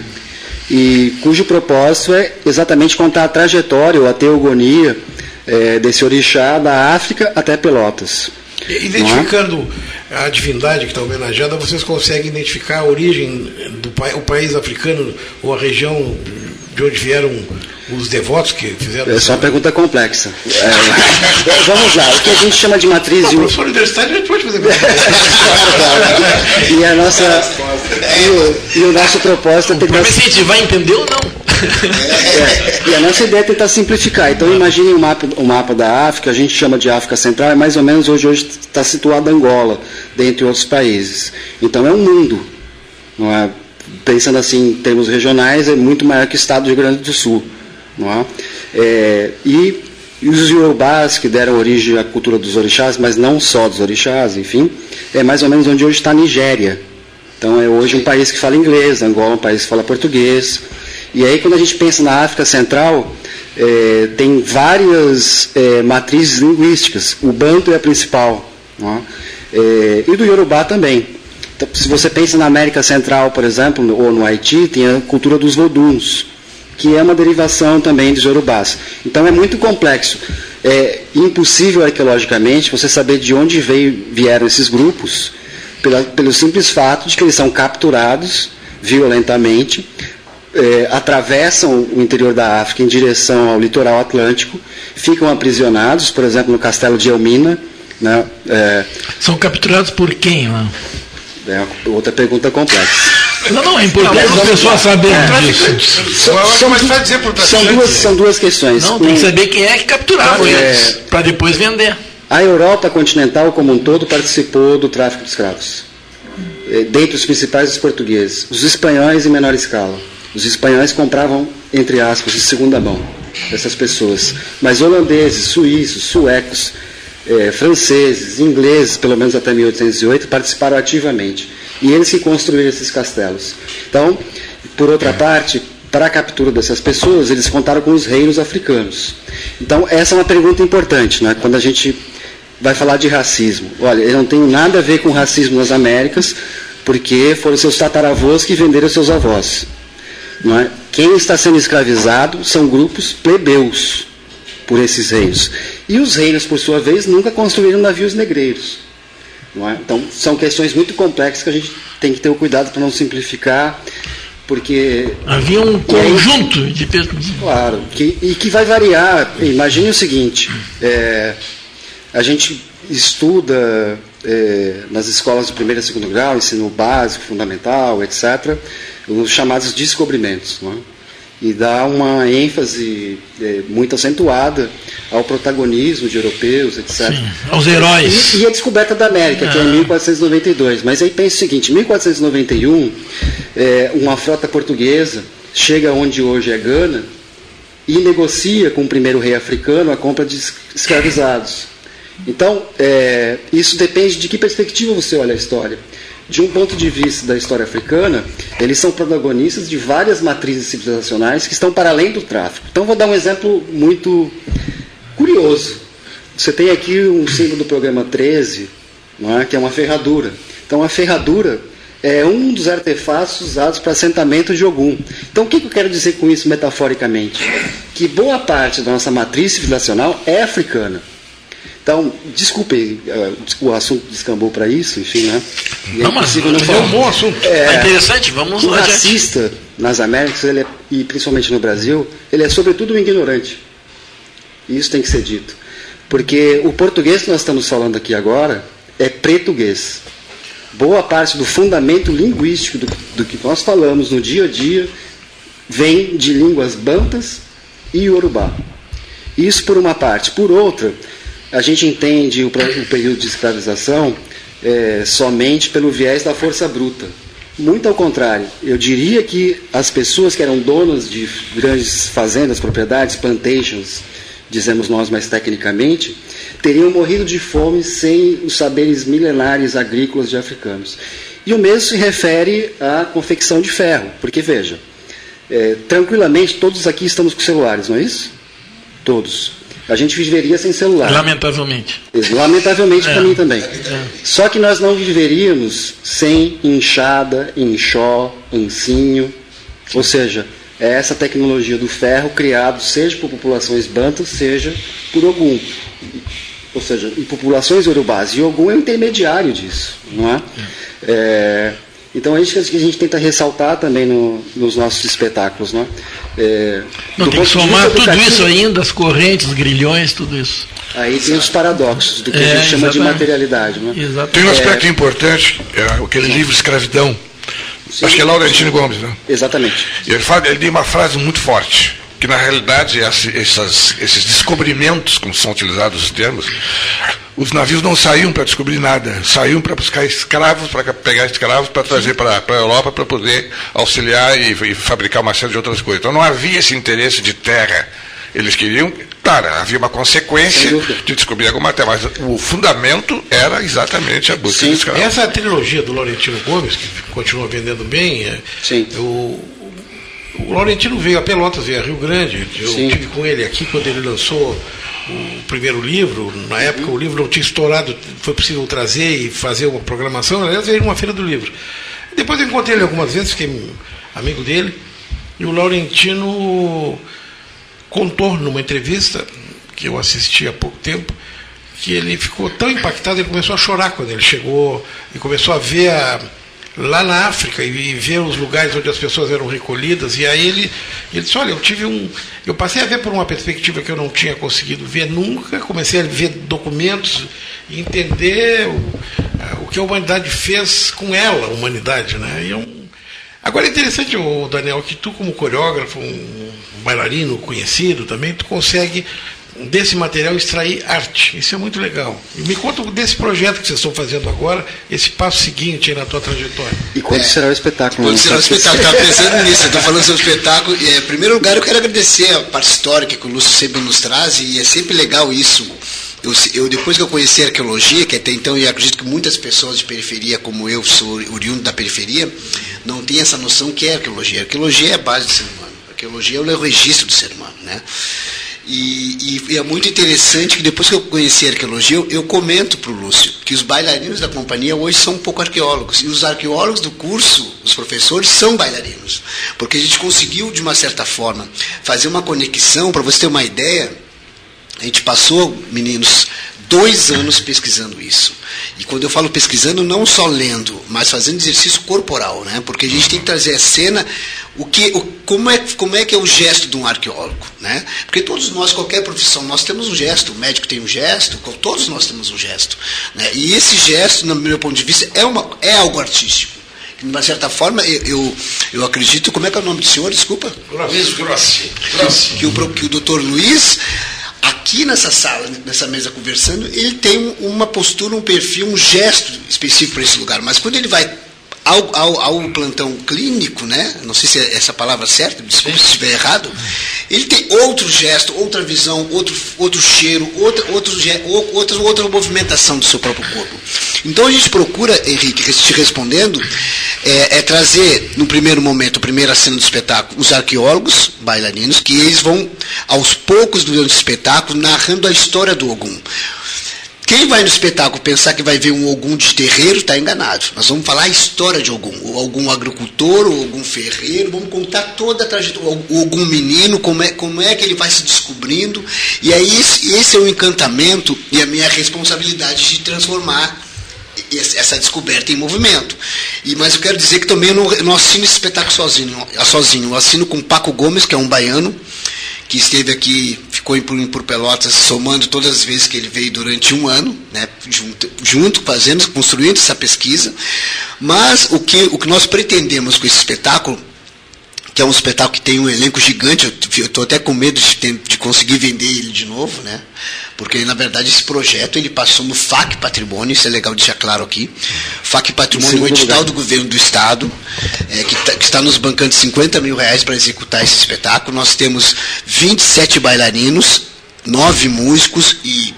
e cujo propósito é exatamente contar a trajetória ou a teogonia é, desse orixá da África até Pelotas. Identificando a divindade que está homenageada, vocês conseguem identificar a origem do o país africano ou a região de onde vieram os devotos que fizeram? É só uma pergunta complexa. É, vamos lá, o que a gente chama de matriz... Não, professor universitário, a gente pode fazer e a nossa e o, e o nosso propósito é tentar... Mas se a gente vai entender ou não? É, e a nossa ideia é tentar simplificar. Então, imagine um mapa, um mapa da África, a gente chama de África Central, é mais ou menos hoje hoje está situada Angola, dentre outros países. Então, é um mundo. Não é? Pensando assim em termos regionais, é muito maior que o estado do Rio Grande do Sul. Não é? É, e, e os iorubás, que deram origem à cultura dos orixás, mas não só dos orixás, enfim, é mais ou menos onde hoje está a Nigéria. Então, é hoje um país que fala inglês, Angola é um país que fala português. E aí, quando a gente pensa na África Central, é, tem várias é, matrizes linguísticas. O Banto é a principal, não é? É, e do Yorubá também. Então, se você pensa na América Central, por exemplo, ou no Haiti, tem a cultura dos Voduns, que é uma derivação também dos Yorubás. Então é muito complexo. É impossível arqueologicamente você saber de onde veio, vieram esses grupos, pela, pelo simples fato de que eles são capturados violentamente, é, atravessam o interior da África em direção ao litoral atlântico, ficam aprisionados, por exemplo, no castelo de Elmina. Né, é, são capturados por quem lá? É outra pergunta complexa. Não, não, é importante as pessoas saberem é, disso. São, são, são, duas, são duas questões. Não, tem que saber quem é que capturava é, eles, para depois vender. A Europa continental como um todo participou do tráfico de escravos. Dentre os principais, os portugueses. Os espanhóis em menor escala. Os espanhóis compravam, entre aspas, de segunda mão essas pessoas. Mas holandeses, suíços, suecos, eh, franceses, ingleses, pelo menos até mil oitocentos e oito, participaram ativamente. E eles que construíram esses castelos. Então, por outra parte, para a captura dessas pessoas, eles contaram com os reinos africanos. Então, essa é uma pergunta importante, né? Quando a gente vai falar de racismo. Olha, eu não tenho nada a ver com racismo nas Américas, porque foram seus tataravôs que venderam seus avós. Não é? Quem está sendo escravizado são grupos plebeus por esses reinos. E os reinos, por sua vez, nunca construíram navios negreiros. Não é? Então, são questões muito complexas que a gente tem que ter o cuidado para não simplificar, porque... Havia um conjunto aí, de... Claro, que, e que vai variar. Imagine o seguinte, é, a gente estuda é, nas escolas de primeiro e segundo grau, ensino básico, fundamental, etcétera, os chamados descobrimentos, não é? E dá uma ênfase é, muito acentuada ao protagonismo de europeus, etcétera. Sim, aos heróis. E, e a descoberta da América, ah. que é em mil quatrocentos e noventa e dois. Mas aí pensa o seguinte, em mil quatrocentos e noventa e um, é, uma frota portuguesa chega onde hoje é Gana e negocia com o primeiro rei africano a compra de escravizados. Então, é, isso depende de que perspectiva você olha a história. De um ponto de vista da história africana, eles são protagonistas de várias matrizes civilizacionais que estão para além do tráfico. Então, vou dar um exemplo muito curioso. Você tem aqui um símbolo do programa treze, não é? Que é uma ferradura. Então, a ferradura é um dos artefatos usados para assentamento de Ogum. Então, o que eu quero dizer com isso metaforicamente? Que boa parte da nossa matriz civilizacional é africana. Então, desculpem, o assunto descambou para isso, enfim, né? E não, mas não é um bom assunto. É, é interessante, vamos lá. O racista nas Américas, ele é, e principalmente no Brasil, ele é sobretudo um ignorante. E isso tem que ser dito. Porque o português que nós estamos falando aqui agora é pretuguês. Boa parte do fundamento linguístico do, do que nós falamos no dia a dia vem de línguas bantas e iorubá. Isso por uma parte. Por outra, a gente entende o, o período de escravização é, somente pelo viés da força bruta. Muito ao contrário, eu diria que as pessoas que eram donas de grandes fazendas, propriedades, plantations, dizemos nós mais tecnicamente, teriam morrido de fome sem os saberes milenares agrícolas de africanos. E o mesmo se refere à confecção de ferro, porque veja, é, tranquilamente todos aqui estamos com celulares, não é isso? Todos. A gente viveria sem celular. Lamentavelmente. Lamentavelmente é. para mim também. É. Só que nós não viveríamos sem enxada, enxó, ancinho. Ou seja, é essa tecnologia do ferro criado seja por populações bantas, seja por Ogum. Ou seja, em populações urubás. E Ogum é um intermediário disso, não é? É. É, então é isso que a gente tenta ressaltar também no, nos nossos espetáculos, não é? É, não, tem que somar tudo isso ainda, as correntes, os grilhões, tudo isso. Aí tem os paradoxos do que é, a gente chama exatamente. de materialidade. Né? Tem um aspecto é, importante, é aquele sim. livro Escravidão. Sim. Acho que é Laurentino Gomes, né? Exatamente. E ele, fala, ele tem uma frase muito forte, que na realidade essas, esses descobrimentos, como são utilizados os termos, os navios não saíam para descobrir nada, saíam para buscar escravos, para pegar escravos, para trazer para a Europa, para poder auxiliar e, e fabricar uma série de outras coisas. Então não havia esse interesse de terra. Eles queriam, claro, havia uma consequência de descobrir alguma terra, mas o fundamento era exatamente a busca de escravos. Essa trilogia do Laurentino Gomes, que continua vendendo bem, é, Sim. o, o Laurentino veio a Pelotas, veio a Rio Grande, eu Sim. estive com ele aqui quando ele lançou o primeiro livro. Na época uhum. o livro não tinha estourado, foi possível trazer e fazer uma programação, aliás veio uma feira do livro. Depois eu encontrei ele algumas vezes, fiquei amigo dele, E o Laurentino contou numa entrevista, que eu assisti há pouco tempo, que ele ficou tão impactado, ele começou a chorar quando ele chegou e começou a ver a, lá na África e, e ver os lugares onde as pessoas eram recolhidas. E aí ele, ele disse, olha, eu tive um. Eu passei a ver por uma perspectiva que eu não tinha conseguido ver nunca, comecei a ver documentos e entender o, o que a humanidade fez com ela, a humanidade, né? E é um, agora é interessante, o Daniel, que tu como coreógrafo, um bailarino conhecido também, tu consegue desse material extrair arte. Isso é muito legal. E me conta desse projeto que vocês estão fazendo agora, esse passo seguinte aí na tua trajetória. E quando é, será o espetáculo? Quando será o espetáculo? Estava pensando nisso, estou falando sobre o espetáculo. E, em primeiro lugar, eu quero agradecer a parte histórica que o Lúcio sempre nos traz, e é sempre legal isso. Eu, eu, depois que eu conheci a arqueologia, que até então eu acredito que muitas pessoas de periferia, como eu, sou oriundo da periferia, não têm essa noção que é arqueologia. A arqueologia é a base do ser humano. A arqueologia é o registro do ser humano, né? E, e é muito interessante que depois que eu conheci a arqueologia, eu, eu comento para o Lúcio que os bailarinos da companhia hoje são um pouco arqueólogos. E os arqueólogos do curso, os professores, são bailarinos. Porque a gente conseguiu, de uma certa forma, fazer uma conexão. Para você ter uma ideia, a gente passou, meninos, dois anos pesquisando isso. E quando eu falo pesquisando, não só lendo, mas fazendo exercício corporal, né? Porque a gente tem que trazer a cena, o que, o, como, é, como é que é o gesto de um arqueólogo, né? Porque todos nós, qualquer profissão, nós temos um gesto, o médico tem um gesto, todos nós temos um gesto, né? E esse gesto, no meu ponto de vista, é, uma, é algo artístico. De uma certa forma, eu, eu, eu acredito, como é que é o nome do senhor, desculpa? Luiz Grossi. Grossi. Que, o, que o doutor Luiz, aqui nessa sala, nessa mesa conversando, ele tem uma postura, um perfil, um gesto específico para esse lugar. Mas quando ele vai ao, ao, ao plantão clínico, né? Não sei se é essa palavra certa, desculpe se estiver errado, ele tem outro gesto, outra visão, outro, outro cheiro, outra, outro, outra, outra movimentação do seu próprio corpo. Então a gente procura, Henrique, te respondendo, é, é trazer, no primeiro momento, a primeira cena do espetáculo, os arqueólogos, bailarinos, que eles vão, aos poucos, durante o espetáculo, narrando a história do Ogum. Quem vai no espetáculo pensar que vai ver um Ogum de terreiro, está enganado. Nós vamos falar a história de Ogum. O Ogum agricultor, o Ogum ferreiro, vamos contar toda a trajetória. O Ogum menino, como é, como é que ele vai se descobrindo. E aí esse, esse é o encantamento e a minha responsabilidade de transformar essa descoberta em movimento. E, mas eu quero dizer que também eu não, eu não assino esse espetáculo sozinho, sozinho. Eu assino com Paco Gomes, que é um baiano, que esteve aqui, ficou em, por Pelotas, somando todas as vezes que ele veio durante um ano, né, junto, junto, fazendo, construindo essa pesquisa. Mas o que, o que nós pretendemos com esse espetáculo, que é um espetáculo que tem um elenco gigante, eu estou até com medo de, de conseguir vender ele de novo, né? Porque, na verdade, esse projeto ele passou no F A C Patrimônio, isso é legal deixar claro aqui. F A C Patrimônio é um edital do governo do Estado, é, que, tá, que está nos bancando cinquenta mil reais para executar esse espetáculo. Nós temos vinte e sete bailarinos, nove músicos e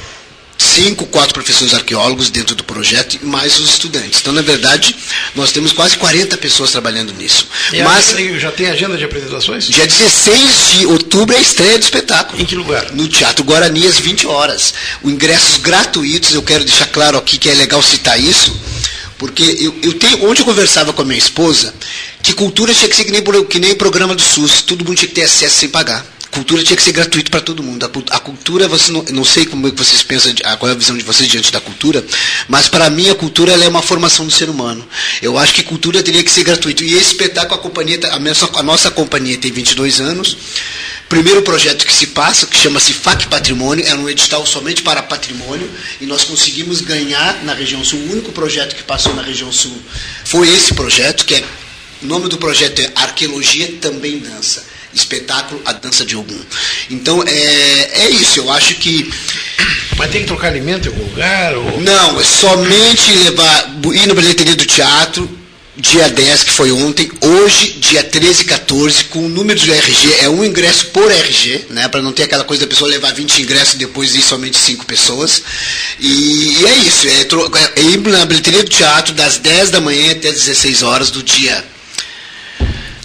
cinco, quatro professores arqueólogos dentro do projeto, e mais os estudantes. Então, na verdade, nós temos quase quarenta pessoas trabalhando nisso. E Mas a, já tem agenda de apresentações? Dia dezesseis de outubro é a estreia do espetáculo. Em que lugar? No Teatro Guarani, às vinte horas. O ingressos gratuitos, eu quero deixar claro aqui que é legal citar isso, porque eu, eu tenho, ontem eu conversava com a minha esposa, que cultura tinha que ser que nem, que nem programa do SUS, todo mundo tinha que ter acesso sem pagar. Cultura tinha que ser gratuito para todo mundo. A, a cultura, você não, não sei como é que vocês pensam, qual é a visão de vocês diante da cultura, mas para mim a cultura ela é uma formação do ser humano. Eu acho que cultura teria que ser gratuito. E esse espetáculo, a companhia, a, minha, a nossa companhia tem vinte e dois anos. Primeiro projeto que se passa, que chama-se F A C Patrimônio, é um edital somente para patrimônio, e nós conseguimos ganhar na região sul. O único projeto que passou na região sul foi esse projeto, que é, o nome do projeto é Arqueologia Também Dança. Espetáculo A Dança de Ogum. Então, é, é isso, eu acho que... Mas tem que trocar alimento em algum lugar? Ou... Não, é somente levar, ir na bilheteria do teatro, dia dez, que foi ontem, hoje, dia treze e quatorze, com o número do R G, é um ingresso por R G, né, para não ter aquela coisa da pessoa levar vinte ingressos e depois ir somente cinco pessoas. E, e é isso, é, é ir na bilheteria do teatro das dez da manhã até as dezesseis horas do dia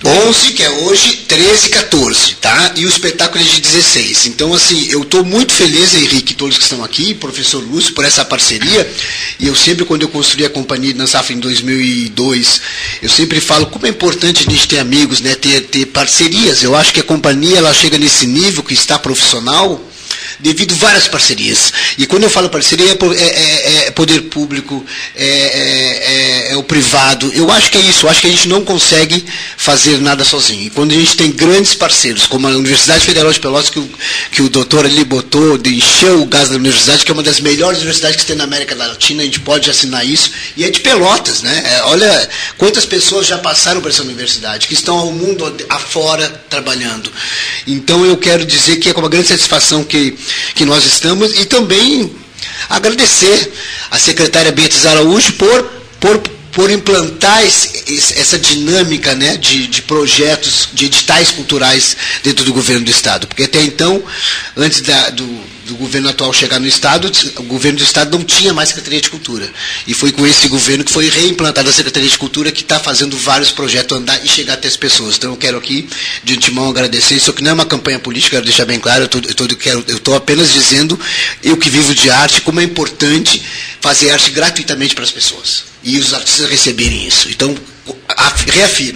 onze, que é hoje, treze, quatorze, tá? E o espetáculo é de dezesseis. Então, assim, eu estou muito feliz, Henrique, todos que estão aqui, professor Lúcio, por essa parceria. E eu sempre, quando eu construí a companhia de Dança Afro em dois mil e dois, eu sempre falo como é importante a gente ter amigos, né? Ter, ter parcerias. Eu acho que a companhia, ela chega nesse nível que está profissional, devido a várias parcerias. E quando eu falo parceria, é, é, é poder público, é, é, é o privado. Eu acho que é isso. Eu acho que a gente não consegue fazer nada sozinho. E quando a gente tem grandes parceiros, como a Universidade Federal de Pelotas, que o, que o doutor ali botou, de encher o gás da universidade, que é uma das melhores universidades que tem na América Latina, a gente pode assinar isso. E é de Pelotas, né? É, olha quantas pessoas já passaram por essa universidade, que estão ao mundo afora trabalhando. Então eu quero dizer que é com uma grande satisfação que que nós estamos, e também agradecer a secretária Beatriz Araújo por, por, por implantar esse, essa dinâmica, né, de, de projetos, de editais culturais dentro do governo do Estado, porque até então, antes da, do, do governo atual chegar no Estado, o governo do Estado não tinha mais Secretaria de Cultura, e foi com esse governo que foi reimplantada a Secretaria de Cultura, que está fazendo vários projetos andar e chegar até as pessoas. Então eu quero aqui, de antemão, agradecer. Isso aqui não é uma campanha política, quero deixar bem claro, eu estou apenas dizendo, eu que vivo de arte, como é importante fazer arte gratuitamente para as pessoas, e os artistas receberem isso. Então, reafirmo,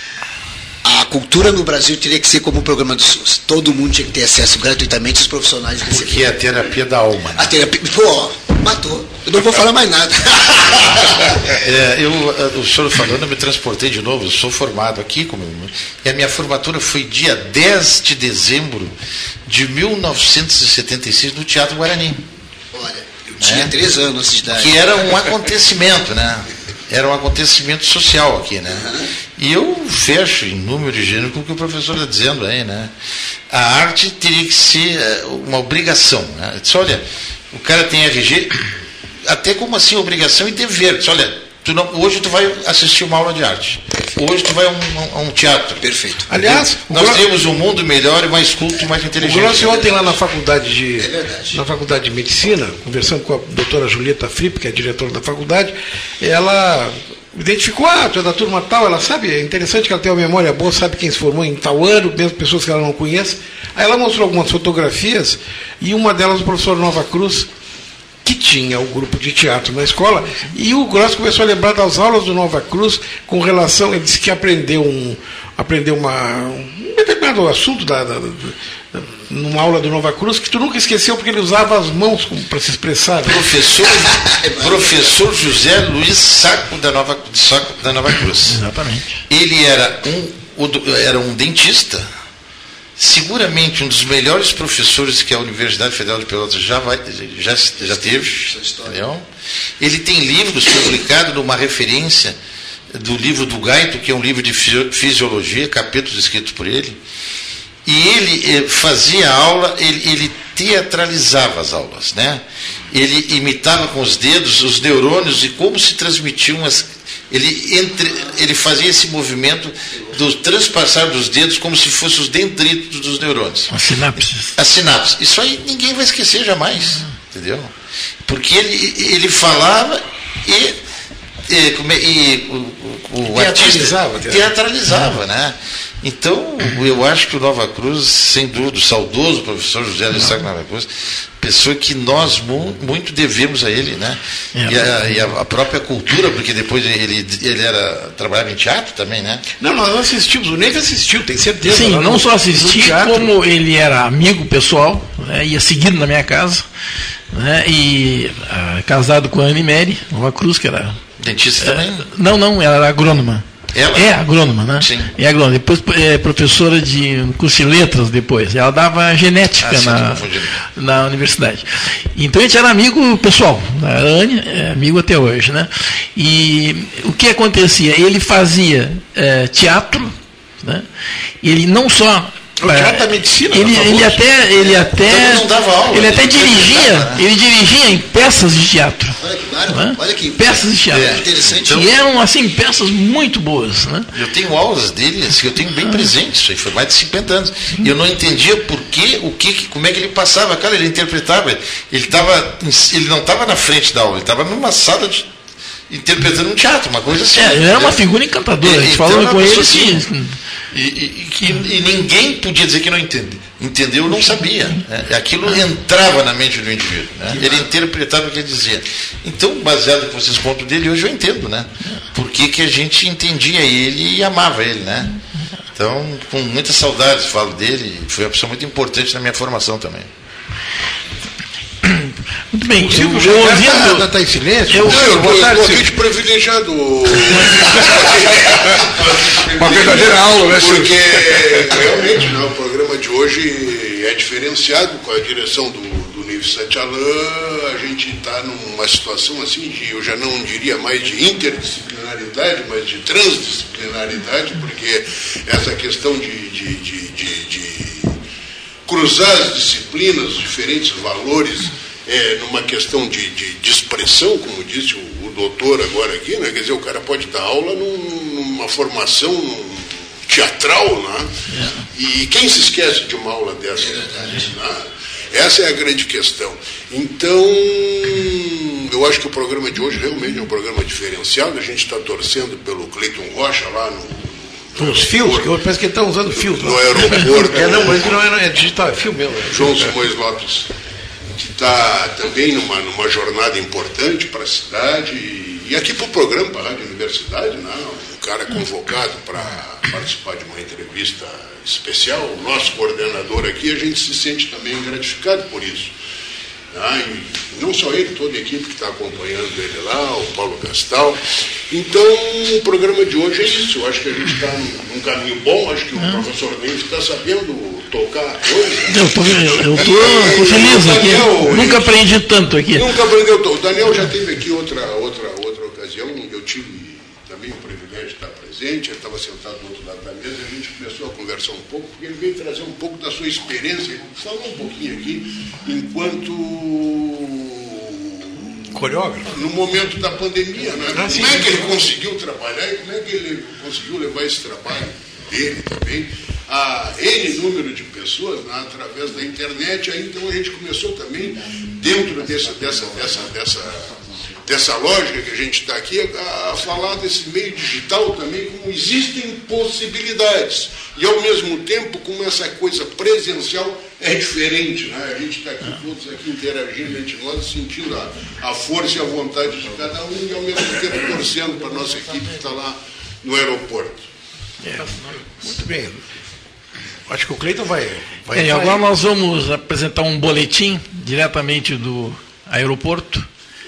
a cultura no Brasil teria que ser como o programa do SUS. Todo mundo tinha que ter acesso gratuitamente, os profissionais receberem. Porque é a terapia da alma. Né? A terapia... Pô, matou. Eu não vou falar mais nada. É, eu, o senhor falando, eu me transportei de novo. Eu sou formado aqui. Como, e a minha formatura foi dia dez de dezembro de mil novecentos e setenta e seis no Teatro Guarani. Olha, eu tinha é? três anos de idade. Que era um acontecimento, né? Era um acontecimento social aqui, né? Uhum. E eu fecho em número de gênero com o que o professor está dizendo aí, né? A arte teria que ser uma obrigação, né? Diz, olha, o cara tem R G, até como assim obrigação e dever. Diz, olha, tu não, hoje tu vai assistir uma aula de arte. Hoje tu vai a um, a um teatro. Perfeito. Aliás, nós Gro... temos um mundo melhor e mais culto e mais inteligente. O Grossi ontem lá na faculdade de é na faculdade de medicina, conversando com a doutora Julieta Fripp, que é diretora da faculdade, ela identificou, ah, tu é da turma tal, ela sabe, é interessante que ela tem uma memória boa, sabe quem se formou em tal ano, mesmo pessoas que ela não conhece. Aí ela mostrou algumas fotografias, e uma delas o professor Nova Cruz, que tinha o grupo de teatro na escola, e o Grossi começou a lembrar das aulas do Nova Cruz com relação, ele disse que aprendeu um, aprendeu uma, um determinado assunto da, da, da, numa aula do Nova Cruz, que tu nunca esqueceu porque ele usava as mãos para se expressar. Professor, professor José Luiz Saco da Nova, Saco da Nova Cruz. Exatamente. Ele era um, era um dentista, seguramente um dos melhores professores que a Universidade Federal de Pelotas já, vai, já, já teve. Entendeu? Ele tem livros publicados numa referência do livro do Gaito, que é um livro de fisiologia, capítulos escritos por ele. E ele fazia aula, ele, ele teatralizava as aulas, né? Ele imitava com os dedos os neurônios e como se transmitiam as... Ele, entre, ele fazia esse movimento do transpassar dos dedos como se fossem os dendritos dos neurônios. As sinapses. As sinapses. Isso aí ninguém vai esquecer jamais, uhum. Entendeu? Porque ele, ele falava e, e, como é, e o, o, o teatralizava, artista teatralizava, uhum. Né? Então, eu acho que o Nova Cruz, sem dúvida, o saudoso professor José Luiz Saco Nova Cruz, pessoa que nós mu muito devemos a ele, né? É, e, a, e a própria cultura, porque depois ele, ele era, trabalhava em teatro também, né? Não, nós assistimos, o Neve assistiu, tem certeza. Sim, não no, só assisti, como ele era amigo pessoal, né, ia seguido na minha casa, né, e uh, casado com a Anne Mary Nova Cruz, que era... Dentista uh, também? Não, não, ela era agrônoma. Ela? É agrônoma, né? Sim. É agrônoma. Depois é professora de curso de letras depois. Ela dava genética ah, na, na universidade. Então a gente era amigo pessoal. A Anne é amigo até hoje, né? E o que acontecia? Ele fazia é, teatro, né? Ele não só... O teatro da medicina, ele, ele até ele até não dava aula, ele até dirigia dava, né? Ele dirigia em peças de teatro. Olha que claro, né? Olha que peças de teatro. É, interessante. E eram assim peças muito boas, né? Eu tenho aulas dele, assim, eu tenho bem ah. presente, isso aí foi mais de cinquenta anos. E eu não entendia por quê, o que, como é que ele passava, cara, ele interpretava, ele tava, ele não estava na frente da aula, ele estava numa sala de interpretando um teatro, uma coisa assim. É, ele era uma figura encantadora, a gente então, falando com ele assim, assim, e, e, e, e ninguém podia dizer que não entende. Entendeu, não sabia. Né? Aquilo entrava na mente do indivíduo. Né? Ele interpretava o que ele dizia. Então, baseado no que vocês contam dele, hoje eu entendo, né? Por que, que a gente entendia ele e amava ele, né? Então, com muitas saudades falo dele, foi uma pessoa muito importante na minha formação também. Muito bem, o Silvio eu, eu ouvindo... Está tá em silêncio? Eu estou aqui de privilegiado. Uma verdadeira aula, né, Porque realmente, né, o programa de hoje é diferenciado com a direção do, do Nível Saint-Alain. A gente está numa situação assim de, eu já não diria mais de interdisciplinaridade, mas de transdisciplinaridade, porque essa questão de, de, de, de, de cruzar as disciplinas, os diferentes valores, é, numa questão de, de, de expressão, como disse o, o doutor agora aqui, né? Quer dizer, o cara pode dar aula num, numa formação teatral, né? É. E quem se esquece de uma aula dessa? É né? Essa é a grande questão. Então, eu acho que o programa de hoje realmente é um programa diferenciado. A gente está torcendo pelo Cleiton Rocha lá no... Os fios, que eu penso que ele está usando fios. No aeroporto. É, não, mas não é, é digital, é fio mesmo. João Simões Lopes, que está também numa, numa jornada importante para a cidade e, e aqui para o programa, para a Rádio Universidade, né? Um cara convocado para participar de uma entrevista especial. O nosso coordenador aqui, a gente se sente também gratificado por isso. Né? E não só ele, toda a equipe que está acompanhando ele lá, o Paulo Gastal. Então, o programa de hoje é isso. Eu acho que a gente está num, num caminho bom. Acho que o ah. professor Neves está sabendo tocar hoje. Né? Eu estou feliz aqui. Daniel, nunca aprendi tanto aqui. Nunca aprendeu tanto. O Daniel já teve aqui outra, outra, outra ocasião. Eu tive também o privilégio de estar presente. Ele estava sentado do outro lado da mesa. A gente começou a conversar um pouco, porque ele veio trazer um pouco da sua experiência. Ele falou um pouquinho aqui, enquanto... coreógrafo. No momento da pandemia, né? Ah, sim, como é sim, que ele sim. conseguiu trabalhar e como é que ele conseguiu levar esse trabalho dele também a N número de pessoas, né, através da internet. Aí então a gente começou também, dentro dessa, dessa, dessa, dessa, dessa lógica que a gente está aqui, a, a falar desse meio digital também, como existem possibilidades. E ao mesmo tempo, como essa coisa presencial é diferente, né? A gente está aqui todos aqui interagindo entre nós, sentindo a, a força e a vontade de cada um e ao mesmo tempo torcendo para a nossa equipe que está lá no aeroporto. É, muito bem. Acho que o Cleiton vai... vai é, agora nós vamos apresentar um boletim diretamente do aeroporto.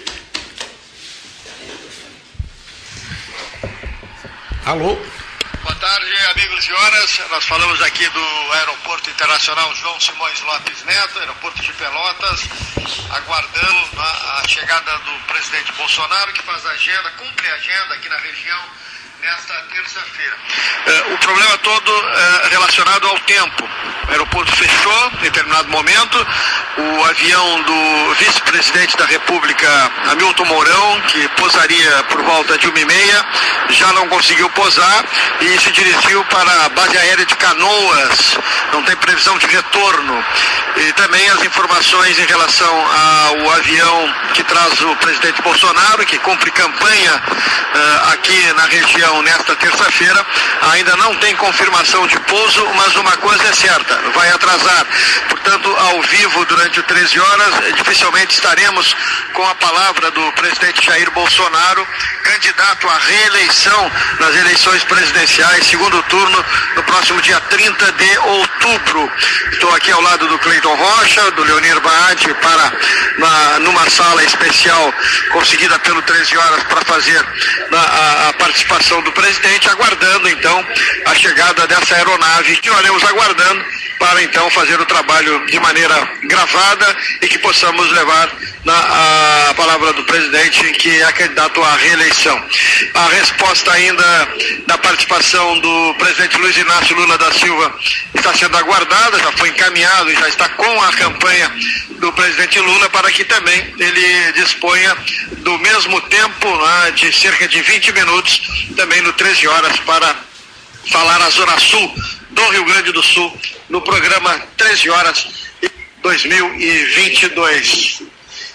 Alô? Boa tarde, amigos e senhoras. Nós falamos aqui do Aeroporto Internacional João Simões Lopes Neto, aeroporto de Pelotas, aguardando a chegada do presidente Bolsonaro, que faz agenda, cumpre a agenda aqui na região nesta terça-feira. Uh, o problema todo uh, relacionado ao tempo. O aeroporto fechou em determinado momento. O avião do vice-presidente da República, Hamilton Mourão, que pousaria por volta de uma e meia, já não conseguiu pousar e se dirigiu para a base aérea de Canoas. Não tem previsão de retorno. E também as informações em relação ao avião que traz o presidente Bolsonaro, que cumpre campanha uh, aqui na região nesta terça-feira, ainda não tem confirmação de pouso, mas uma coisa é certa, vai atrasar. Portanto, ao vivo durante o treze horas, dificilmente estaremos com a palavra do presidente Jair Bolsonaro, candidato à reeleição nas eleições presidenciais, segundo turno, no próximo dia trinta de outubro. Estou aqui ao lado do Cleiton Rocha, do Leonir Baade, para, na, numa sala especial conseguida pelo treze horas para fazer na, a, a participação do presidente, aguardando então a chegada dessa aeronave, que estaremos aguardando para então fazer o trabalho de maneira gravada e que possamos levar na, a palavra do presidente, que é candidato à reeleição. A resposta ainda da participação do presidente Luiz Inácio Lula da Silva está sendo aguardada, já foi encaminhado e já está com a campanha do presidente Lula para que também ele disponha do mesmo tempo, né, de cerca de vinte minutos, também no treze horas, para falar a Zona Sul do Rio Grande do Sul no programa treze horas dois mil e vinte e dois.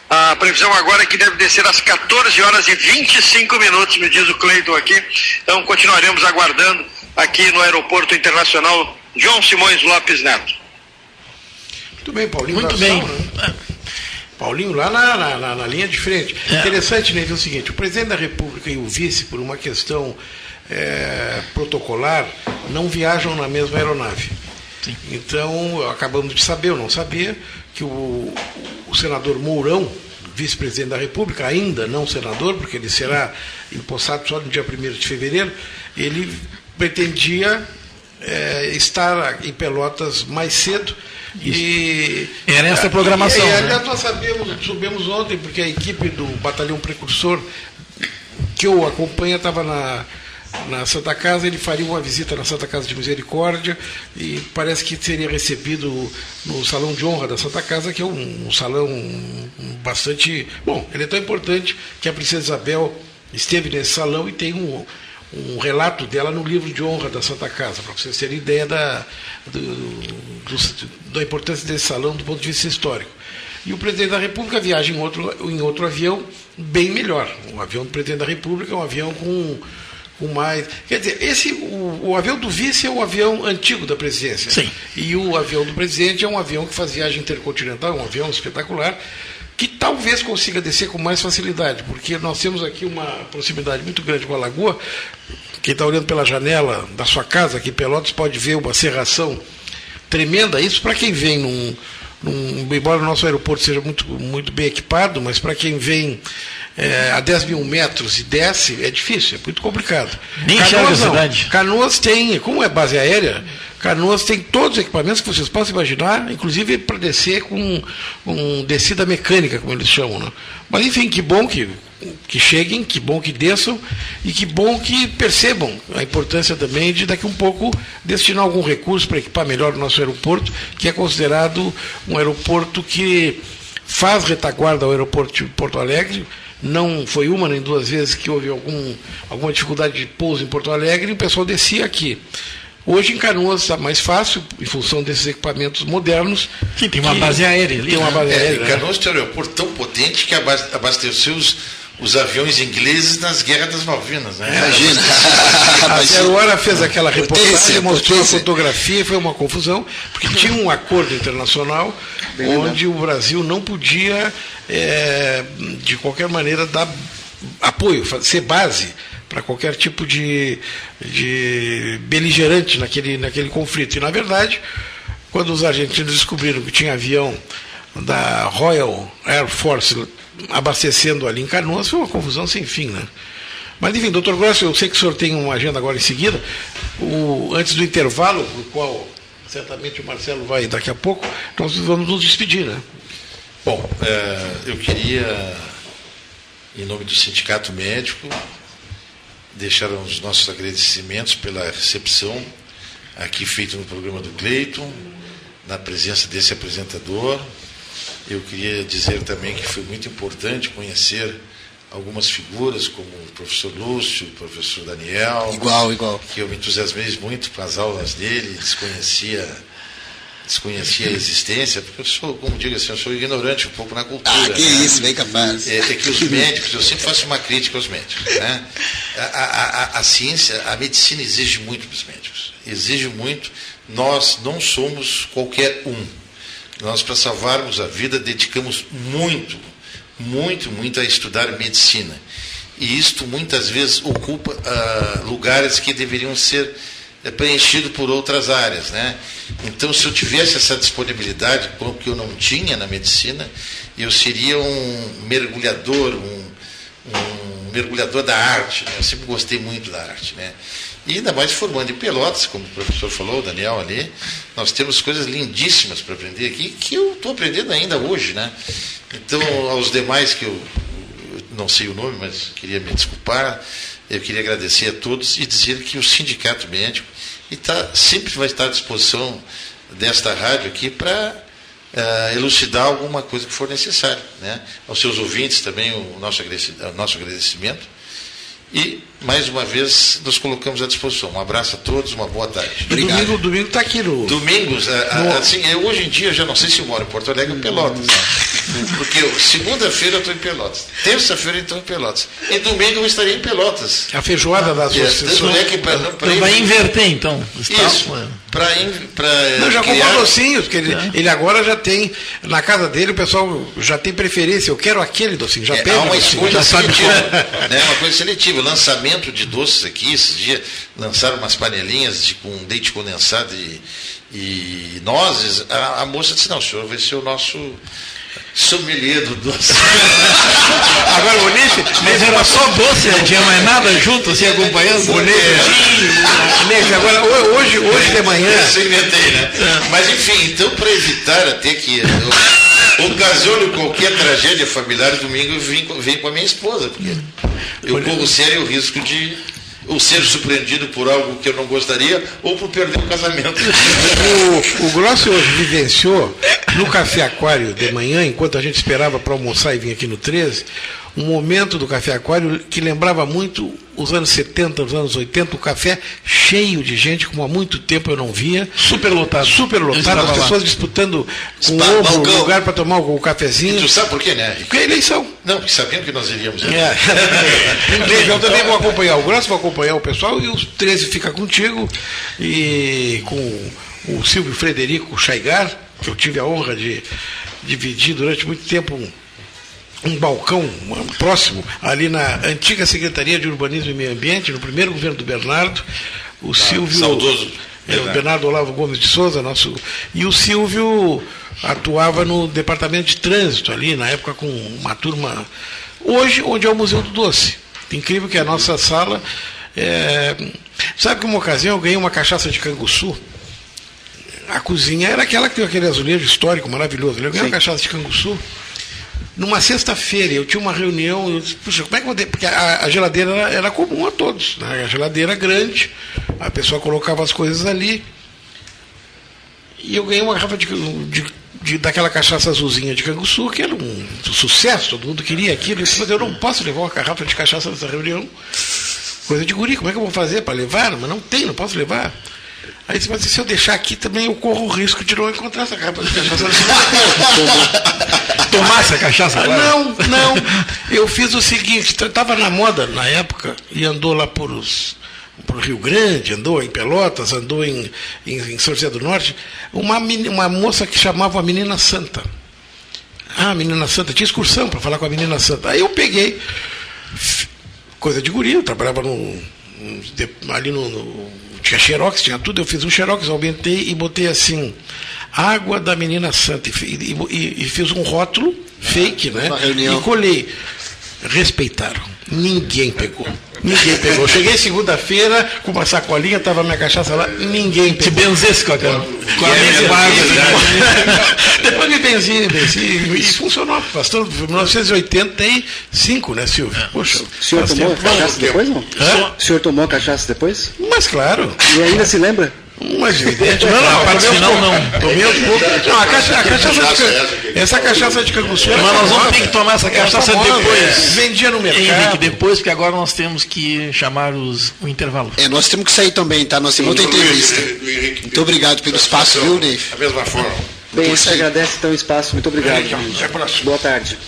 A previsão agora é que deve descer às quatorze horas e vinte e cinco minutos, me diz o Cleiton aqui. Então continuaremos aguardando aqui no Aeroporto Internacional João Simões Lopes Neto. Muito bem, Paulinho. Muito bem. Né? Paulinho lá na, na, na, na linha de frente. É. Interessante, né, ver o seguinte, o presidente da República e o vice, por uma questão é, protocolar, não viajam na mesma aeronave. Sim. Então, acabamos de saber, eu não sabia, que o, o senador Mourão, vice-presidente da República, ainda não senador, porque ele será empossado só no dia primeiro de fevereiro, ele pretendia é, estar em Pelotas mais cedo. E era essa a programação. E, e, né? aliás, nós sabemos, soubemos ontem, porque a equipe do Batalhão Precursor, que eu acompanho, estava na, na Santa Casa, ele faria uma visita na Santa Casa de Misericórdia e parece que seria recebido no Salão de Honra da Santa Casa, que é um, um salão bastante... Bom, ele é tão importante que a Princesa Isabel esteve nesse salão e tem um... um relato dela no livro de honra da Santa Casa, para vocês terem ideia da, do, do, da importância desse salão do ponto de vista histórico. E o presidente da República viaja em outro, em outro avião bem melhor. O avião do presidente da República é um avião com, com mais... Quer dizer, esse, o, o avião do vice é o avião antigo da presidência. Sim. E o avião do presidente é um avião que faz viagem intercontinental, um avião espetacular, que talvez consiga descer com mais facilidade, porque nós temos aqui uma proximidade muito grande com a lagoa. Quem está olhando pela janela da sua casa, aqui em Pelotas, pode ver uma serração tremenda. Isso para quem vem num, num... Embora o nosso aeroporto seja muito, muito bem equipado, mas para quem vem é, a dez mil metros e desce, é difícil, é muito complicado. Nem enxerga a cidade. Canoas tem, como é base aérea, Canoas tem todos os equipamentos que vocês possam imaginar, inclusive para descer com, com descida mecânica, como eles chamam. Né? Mas, enfim, que bom que, que cheguem, que bom que desçam e que bom que percebam a importância também de, daqui a um pouco, destinar algum recurso para equipar melhor o nosso aeroporto, que é considerado um aeroporto que faz retaguarda ao aeroporto de Porto Alegre. Não foi uma nem duas vezes que houve algum, alguma dificuldade de pouso em Porto Alegre e o pessoal descia aqui. Hoje em Canoas está mais fácil, em função desses equipamentos modernos. Sim, tem uma base aérea ali. Tem uma base é, aérea. Em Canoas tem um aeroporto tão potente que abasteceu os, os aviões ingleses nas guerras das Malvinas. Né? Imagina. A Zero Hora fez aquela reportagem, potência, mostrou potência. a fotografia, foi uma confusão, porque tinha um acordo internacional Bem onde legal. O Brasil não podia, é, de qualquer maneira, dar apoio, ser base para qualquer tipo de, de beligerante naquele, naquele conflito. E, na verdade, quando os argentinos descobriram que tinha avião da Royal Air Force abastecendo ali em Canoas, foi uma confusão sem fim, né? Mas, enfim, doutor Grossi, eu sei que o senhor tem uma agenda agora em seguida. O, antes do intervalo, do qual certamente o Marcelo vai daqui a pouco, nós vamos nos despedir, né? Bom, é, eu queria, em nome do Sindicato Médico, deixar os nossos agradecimentos pela recepção aqui feita no programa do Cleiton, na presença desse apresentador. Eu queria dizer também que foi muito importante conhecer algumas figuras, como o professor Lúcio, o professor Daniel. Igual, igual. Que eu me entusiasmei muito com as aulas dele, desconhecia, desconhecia a existência, porque eu sou, como digo assim, eu sou ignorante um pouco na cultura. Ah, que né? isso, bem capaz. É, é que os médicos, eu sempre faço uma crítica aos médicos. Né? A, a, a, a ciência, a medicina exige muito dos médicos. Exige muito. Nós não somos qualquer um. Nós, para salvarmos a vida, dedicamos muito, muito, muito a estudar medicina. E isto, muitas vezes, ocupa uh, lugares que deveriam ser uh, preenchidos por outras áreas. Né? Então, se eu tivesse essa disponibilidade, que eu não tinha na medicina, eu seria um mergulhador, um, um mergulhador da arte. Né? Eu sempre gostei muito da arte. Né? E ainda mais formando em Pelotas, como o professor falou, o Daniel ali, nós temos coisas lindíssimas para aprender aqui, que eu estou aprendendo ainda hoje. Né? Então, aos demais que eu, eu não sei o nome, mas queria me desculpar, eu queria agradecer a todos e dizer que o Sindicato Médico está, sempre vai estar à disposição desta rádio aqui para uh, elucidar alguma coisa que for necessário. Né? Aos seus ouvintes também o nosso agradecimento. O nosso agradecimento. E, mais uma vez, nos colocamos à disposição. Um abraço a todos, uma boa tarde. Obrigado. Domingo, domingo está aqui no... Domingos, no... assim, eu, hoje em dia, eu já não sei se eu moro em Porto Alegre ou Pelotas. Né? Porque segunda-feira eu estou em Pelotas, terça-feira eu estou em Pelotas, e domingo eu estaria em Pelotas. A feijoada da associação. É, é pra, pra vai ir... inverter, então. Isso, para Não, já criar... comprou docinhos, porque ele, é. ele agora já tem, na casa dele o pessoal já tem preferência, eu quero aquele docinho, já é, pega. Há uma escolha seletiva, né, uma coisa seletiva, lançamento de doces aqui, esses dias lançaram umas panelinhas de, com leite condensado e, e nozes, a, a moça disse, não, o senhor vai ser o nosso... sommelier do doce. Agora, bonito, mas era só doce, não tinha mais nada junto, assim, acompanhando. Bonito. Agora, hoje, hoje de manhã. Isso eu inventei, né? É. Mas, enfim, então, para evitar até que ocasione qualquer tragédia familiar, domingo eu vim, vim com a minha esposa, porque eu corro sério o risco de ou ser surpreendido por algo que eu não gostaria, ou por perder o casamento. O, o Grossi hoje vivenciou, no Café Aquário de manhã, enquanto a gente esperava para almoçar e vir aqui no treze, um momento do Café Aquário que lembrava muito os anos setenta, os anos oitenta, o café cheio de gente, como há muito tempo eu não via. Super lotado. Super lotado, as pessoas lá disputando com o outro lugar para tomar o cafezinho. E tu sabe por quê, né? Porque é eleição. Não, sabendo que nós iríamos. Né? É. Eu também vou acompanhar o Grossi, vou acompanhar o pessoal, e os treze fica contigo, e com o Silvio Frederico Chaigar, que eu tive a honra de dividir durante muito tempo um, um balcão um, próximo, ali na antiga Secretaria de Urbanismo e Meio Ambiente, no primeiro governo do Bernardo, o ah, Silvio... Saudoso. É, o Bernardo Olavo Gomes de Souza, nosso... E o Silvio atuava no departamento de trânsito ali, na época com uma turma... Hoje, onde é o Museu do Doce. Incrível que a nossa sala... É... Sabe que uma ocasião eu ganhei uma cachaça de canguçu? A cozinha era aquela que tem aquele azulejo histórico maravilhoso. Eu ganhei uma cachaça de canguçu. Numa sexta-feira, eu tinha uma reunião, eu disse, puxa, como é que eu vou ter? Porque a, a geladeira era, era comum a todos, né? A geladeira grande, a pessoa colocava as coisas ali. E eu ganhei uma garrafa de, de, de, daquela cachaça azulzinha de canguçu, que era um, um sucesso, todo mundo queria aquilo. Eu disse, mas eu não posso levar uma garrafa de cachaça nessa reunião. Coisa de guri, como é que eu vou fazer para levar? Mas não tem, não posso levar. Aí você vai dizer, se eu deixar aqui também eu corro o risco de não encontrar essa garrafa de cachaça. Tomar essa cachaça? Claro. Não, não. Eu fiz o seguinte, estava na moda na época e andou lá por os, por Rio Grande, andou em Pelotas, andou em, em, em São José do Norte, uma, uma moça que chamava a Menina Santa. Ah, Menina Santa, tinha excursão para falar com a Menina Santa. Aí eu peguei, coisa de guri, eu trabalhava no, ali no, no tinha xerox, tinha tudo, eu fiz um xerox, aumentei e botei assim, água da Menina Santa, e, e, e, e fiz um rótulo fake, né? E colhei. Respeitaram. Ninguém pegou. Ninguém pegou. Cheguei segunda-feira com uma sacolinha, estava minha cachaça lá, ninguém pegou. Te benzesse com a, com a mesma água. Depois me benzi, benzi, e funcionou. Pastor, mil novecentos e oitenta e cinco, né, Silvio? Poxa, o senhor tomou tempo. cachaça depois, não? Hã? O senhor tomou cachaça depois? Mas claro. E ainda se lembra? Mas evidente, não, não, parte final não. Tomei aos poucos. Não, a, cacha, a cachaça de essa cachaça de canguçu. Mas nós vamos ter que tomar essa cachaça depois. Vendia no mercado. Henrique, depois, porque agora nós temos que chamar os, o intervalo. É, nós temos que sair também, tá? Nós temos outra entrevista. Muito obrigado pelo espaço, viu, Ney? Da mesma forma. Bem, você agradece então o espaço. Muito obrigado. Boa tarde.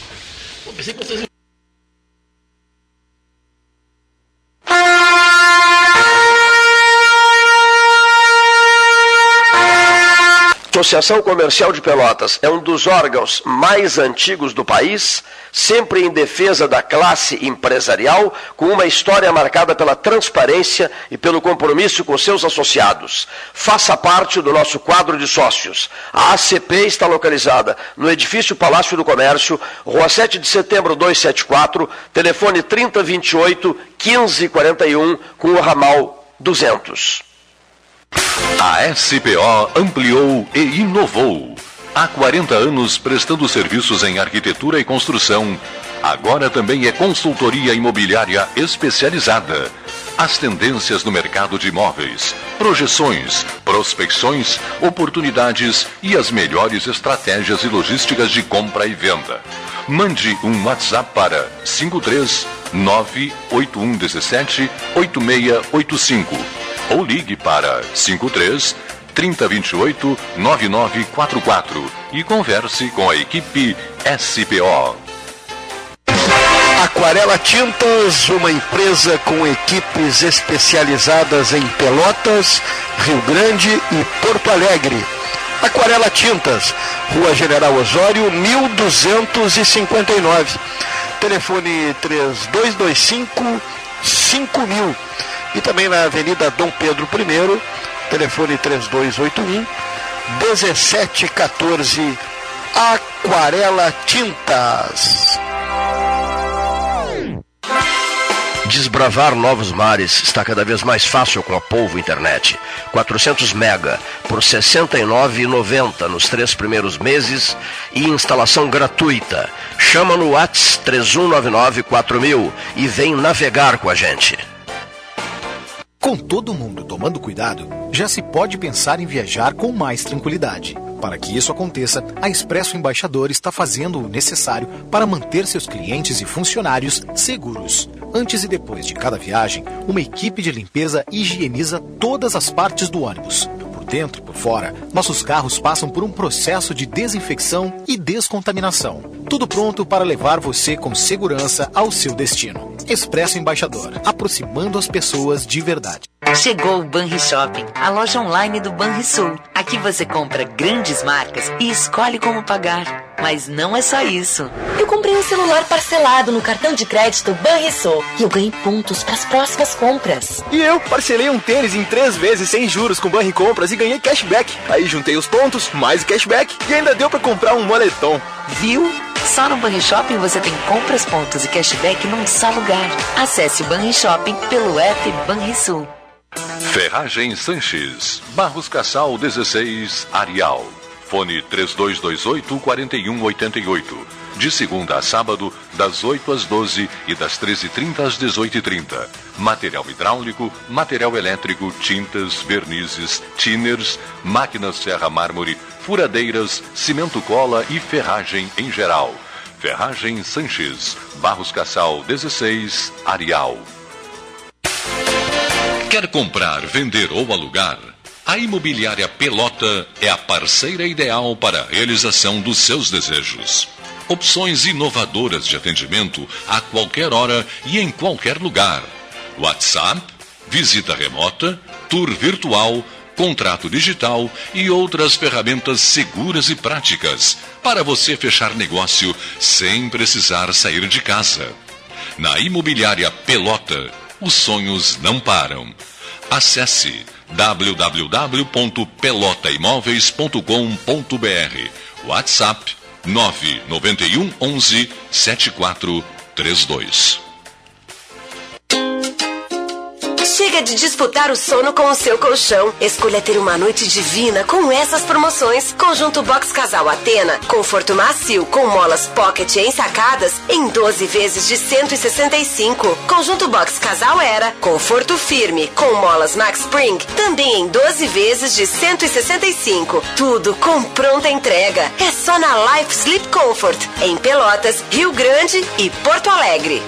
A Associação Comercial de Pelotas é um dos órgãos mais antigos do país, sempre em defesa da classe empresarial, com uma história marcada pela transparência e pelo compromisso com seus associados. Faça parte do nosso quadro de sócios. A A C P está localizada no edifício Palácio do Comércio, Rua sete de setembro duzentos e setenta e quatro, telefone trinta, vinte e oito, quinze, quarenta e um, com o ramal duzentos. A S P O ampliou e inovou. Há quarenta anos prestando serviços em arquitetura e construção. Agora também é consultoria imobiliária especializada. As tendências no mercado de imóveis, projeções, prospecções, oportunidades e as melhores estratégias e logísticas de compra e venda. Mande um WhatsApp para cinco três nove oito um um sete oito seis oito cinco ou ligue para cinco três, trinta, vinte e oito, nove nove quatro quatro e converse com a equipe S P O. Aquarela Tintas, uma empresa com equipes especializadas em Pelotas, Rio Grande e Porto Alegre. Aquarela Tintas, Rua General Osório, mil duzentos e cinquenta e nove. Telefone três dois dois cinco, cinco mil. E também na Avenida Dom Pedro I, telefone três dois oito um, um sete um quatro. Aquarela Tintas. Desbravar novos mares está cada vez mais fácil com a Polvo Internet. quatrocentos mega por sessenta e nove reais e noventa centavos nos três primeiros meses e instalação gratuita. Chama no WhatsApp três um nove nove quatro mil e vem navegar com a gente. Com todo mundo tomando cuidado, já se pode pensar em viajar com mais tranquilidade. Para que isso aconteça, a Expresso Embaixador está fazendo o necessário para manter seus clientes e funcionários seguros. Antes e depois de cada viagem, uma equipe de limpeza higieniza todas as partes do ônibus. Por dentro e por fora, nossos carros passam por um processo de desinfecção e descontaminação. Tudo pronto para levar você com segurança ao seu destino. Expresso Embaixador, aproximando as pessoas de verdade. Chegou o Banrisul, a loja online do Banrisul. Aqui você compra grandes marcas e escolhe como pagar. Mas não é só isso. Eu comprei um celular parcelado no cartão de crédito Banrisul e eu ganhei pontos para as próximas compras. E eu parcelei um tênis em três vezes sem juros com Banri Compras e ganhei cashback. Aí juntei os pontos, mais o cashback e ainda deu para comprar um moletom. Viu? Só no Banrishopping você tem compras, pontos e cashback num só lugar. Acesse o Banrishopping pelo app Banrisul. Ferragem Sanches, Barros Cassal dezesseis, Arial. Fone três dois dois oito, quatro um oito oito. De segunda a sábado, das oito às doze e das treze e trinta às dezoito e trinta. Material hidráulico, material elétrico, tintas, vernizes, tinners, máquinas serra-mármore, furadeiras, cimento cola e ferragem em geral. Ferragem Sanches, Barros Cassal dezesseis, Arial. Quer comprar, vender ou alugar? A Imobiliária Pelota é a parceira ideal para a realização dos seus desejos. Opções inovadoras de atendimento a qualquer hora e em qualquer lugar. WhatsApp, visita remota, tour virtual, contrato digital e outras ferramentas seguras e práticas para você fechar negócio sem precisar sair de casa. Na Imobiliária Pelota, os sonhos não param. Acesse w w w ponto pelota imóveis ponto com ponto b r. WhatsApp nove nove um onze sete quatro três dois. Chega de disputar o sono com o seu colchão. Escolha ter uma noite divina com essas promoções. Conjunto Box Casal Atena, conforto macio com molas pocket ensacadas em doze vezes de cento e sessenta e cinco. Conjunto Box Casal Era, conforto firme com molas Max Spring, também em doze vezes de cento e sessenta e cinco. Tudo com pronta entrega. É só na Life Sleep Comfort, em Pelotas, Rio Grande e Porto Alegre.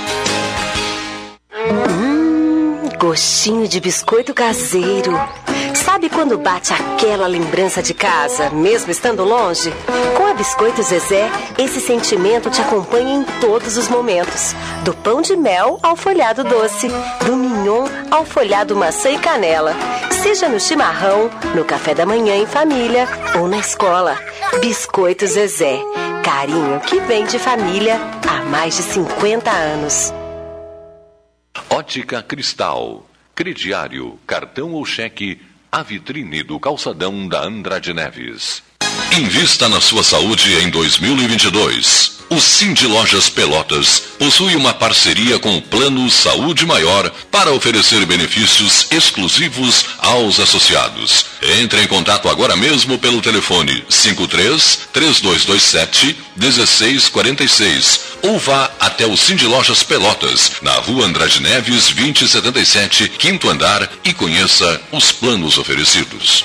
Gostinho de biscoito caseiro. Sabe quando bate aquela lembrança de casa, mesmo estando longe? Com a Biscoito Zezé, esse sentimento te acompanha em todos os momentos. Do pão de mel ao folhado doce, do mignon ao folhado maçã e canela. Seja no chimarrão, no café da manhã em família ou na escola. Biscoito Zezé. Carinho que vem de família há mais de cinquenta anos. Ótica Cristal, crediário, cartão ou cheque, a vitrine do calçadão da Andrade Neves. Invista na sua saúde em dois mil e vinte e dois. O Cindy Lojas Pelotas possui uma parceria com o Plano Saúde Maior para oferecer benefícios exclusivos aos associados. Entre em contato agora mesmo pelo telefone cinco três, três dois dois sete, um seis quatro seis ou vá até o Cindy Lojas Pelotas, na Rua Andrade Neves, vinte e setenta e sete, quinto andar, e conheça os planos oferecidos.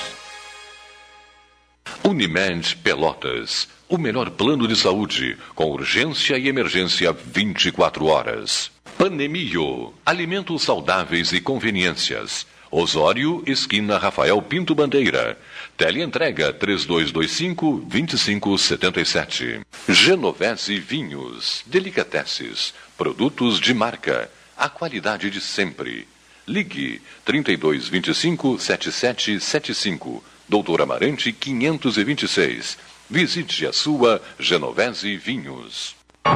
Unimed Pelotas, o melhor plano de saúde, com urgência e emergência vinte e quatro horas. Panemio, alimentos saudáveis e conveniências. Osório, esquina Rafael Pinto Bandeira. Teleentrega três dois dois cinco, dois cinco sete sete. Genovese Vinhos, Delicateces, produtos de marca, a qualidade de sempre. Ligue trinta e dois, vinte e cinco, setenta e sete setenta e cinco, Doutor Amarante quinhentos e vinte e seis. Visite a sua Genovese Vinhos.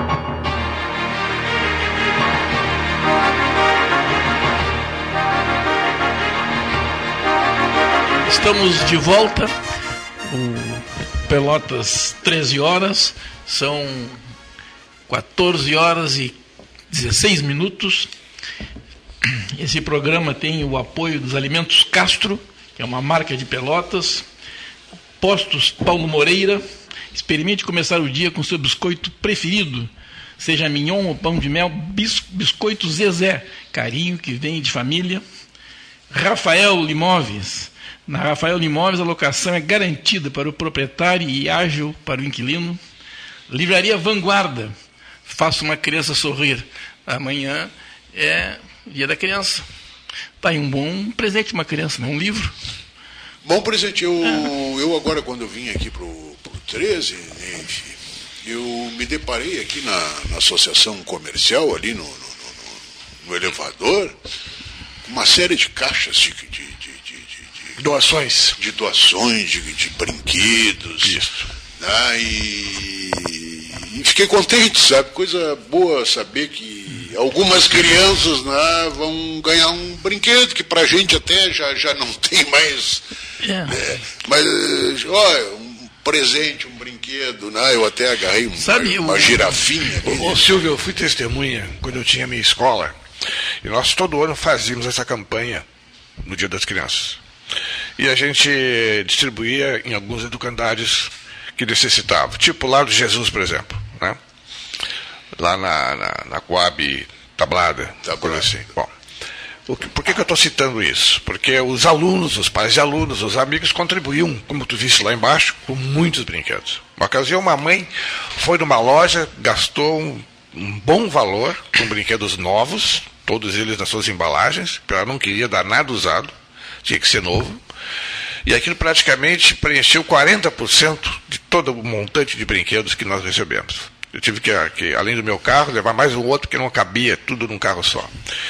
Estamos de volta, o Pelotas treze horas, são quatorze horas e dezesseis minutos. Esse programa tem o apoio dos Alimentos Castro, que é uma marca de Pelotas, Postos Paulo Moreira. Experimente começar o dia com seu biscoito preferido, seja mignon ou pão de mel, bis, biscoito Zezé, carinho que vem de família. Rafael Limóveis. Na Rafael Limóveis a locação é garantida para o proprietário e ágil para o inquilino. Livraria Vanguarda. Faça uma criança sorrir. Amanhã é Dia da Criança. Está aí um bom presente para uma criança, né? Um livro. Bom presente. Eu, é. eu agora, quando eu vim aqui para o treze, enfim, eu me deparei aqui na, na associação comercial, ali no, no, no, no elevador, com uma série de caixas de, de, de, de, de doações. De doações, de, de brinquedos. Isso. Né? E, e fiquei contente, sabe? Coisa boa saber que algumas crianças, né, vão ganhar um brinquedo que pra gente até já, já não tem mais. Yeah. Né? Mas, olha, um presente, um brinquedo, né? Eu até agarrei um, Sabe, uma, uma o, girafinha. Ô, ô, Silvio, eu fui testemunha quando eu tinha minha escola. E nós todo ano fazíamos essa campanha no Dia das Crianças. E a gente distribuía em alguns educandários que necessitavam. Tipo lá do Jesus, por exemplo, né? Lá na, na, na Coab Tablada, Tablada. Coisa assim. Bom, o que, por que, que eu estou citando isso? Porque os alunos, os pais de alunos, os amigos contribuíam, como tu viste lá embaixo, com muitos brinquedos. Uma ocasião, uma mãe foi numa loja, gastou um, um bom valor com brinquedos novos, todos eles nas suas embalagens, porque ela não queria dar nada usado, tinha que ser novo. E aquilo praticamente preencheu quarenta por cento de todo o montante de brinquedos que nós recebemos. Eu tive que, que, além do meu carro, levar mais um outro, porque não cabia tudo num carro só.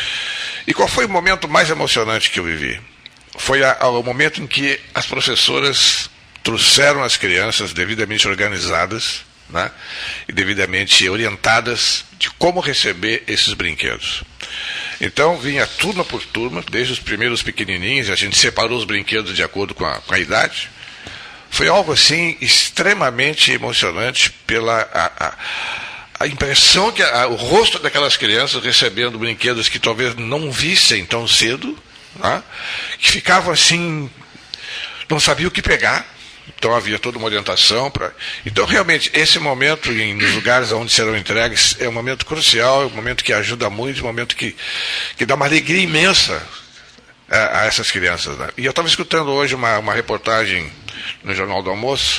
E qual foi o momento mais emocionante que eu vivi? Foi a, a, o momento em que as professoras trouxeram as crianças devidamente organizadas, né, e devidamente orientadas de como receber esses brinquedos. Então, vinha turma por turma, desde os primeiros pequenininhos, a gente separou os brinquedos de acordo com a, com a idade. Foi algo assim extremamente emocionante pela a, a, a impressão que a, o rosto daquelas crianças recebendo brinquedos que talvez não vissem tão cedo, né, que ficavam assim, não sabiam o que pegar. Então havia toda uma orientação para. Então realmente esse momento em, nos lugares onde serão entregues é um momento crucial, é um momento que ajuda muito, é um momento que, que dá uma alegria imensa a, a essas crianças, né? E eu estava escutando hoje uma, uma reportagem no Jornal do Almoço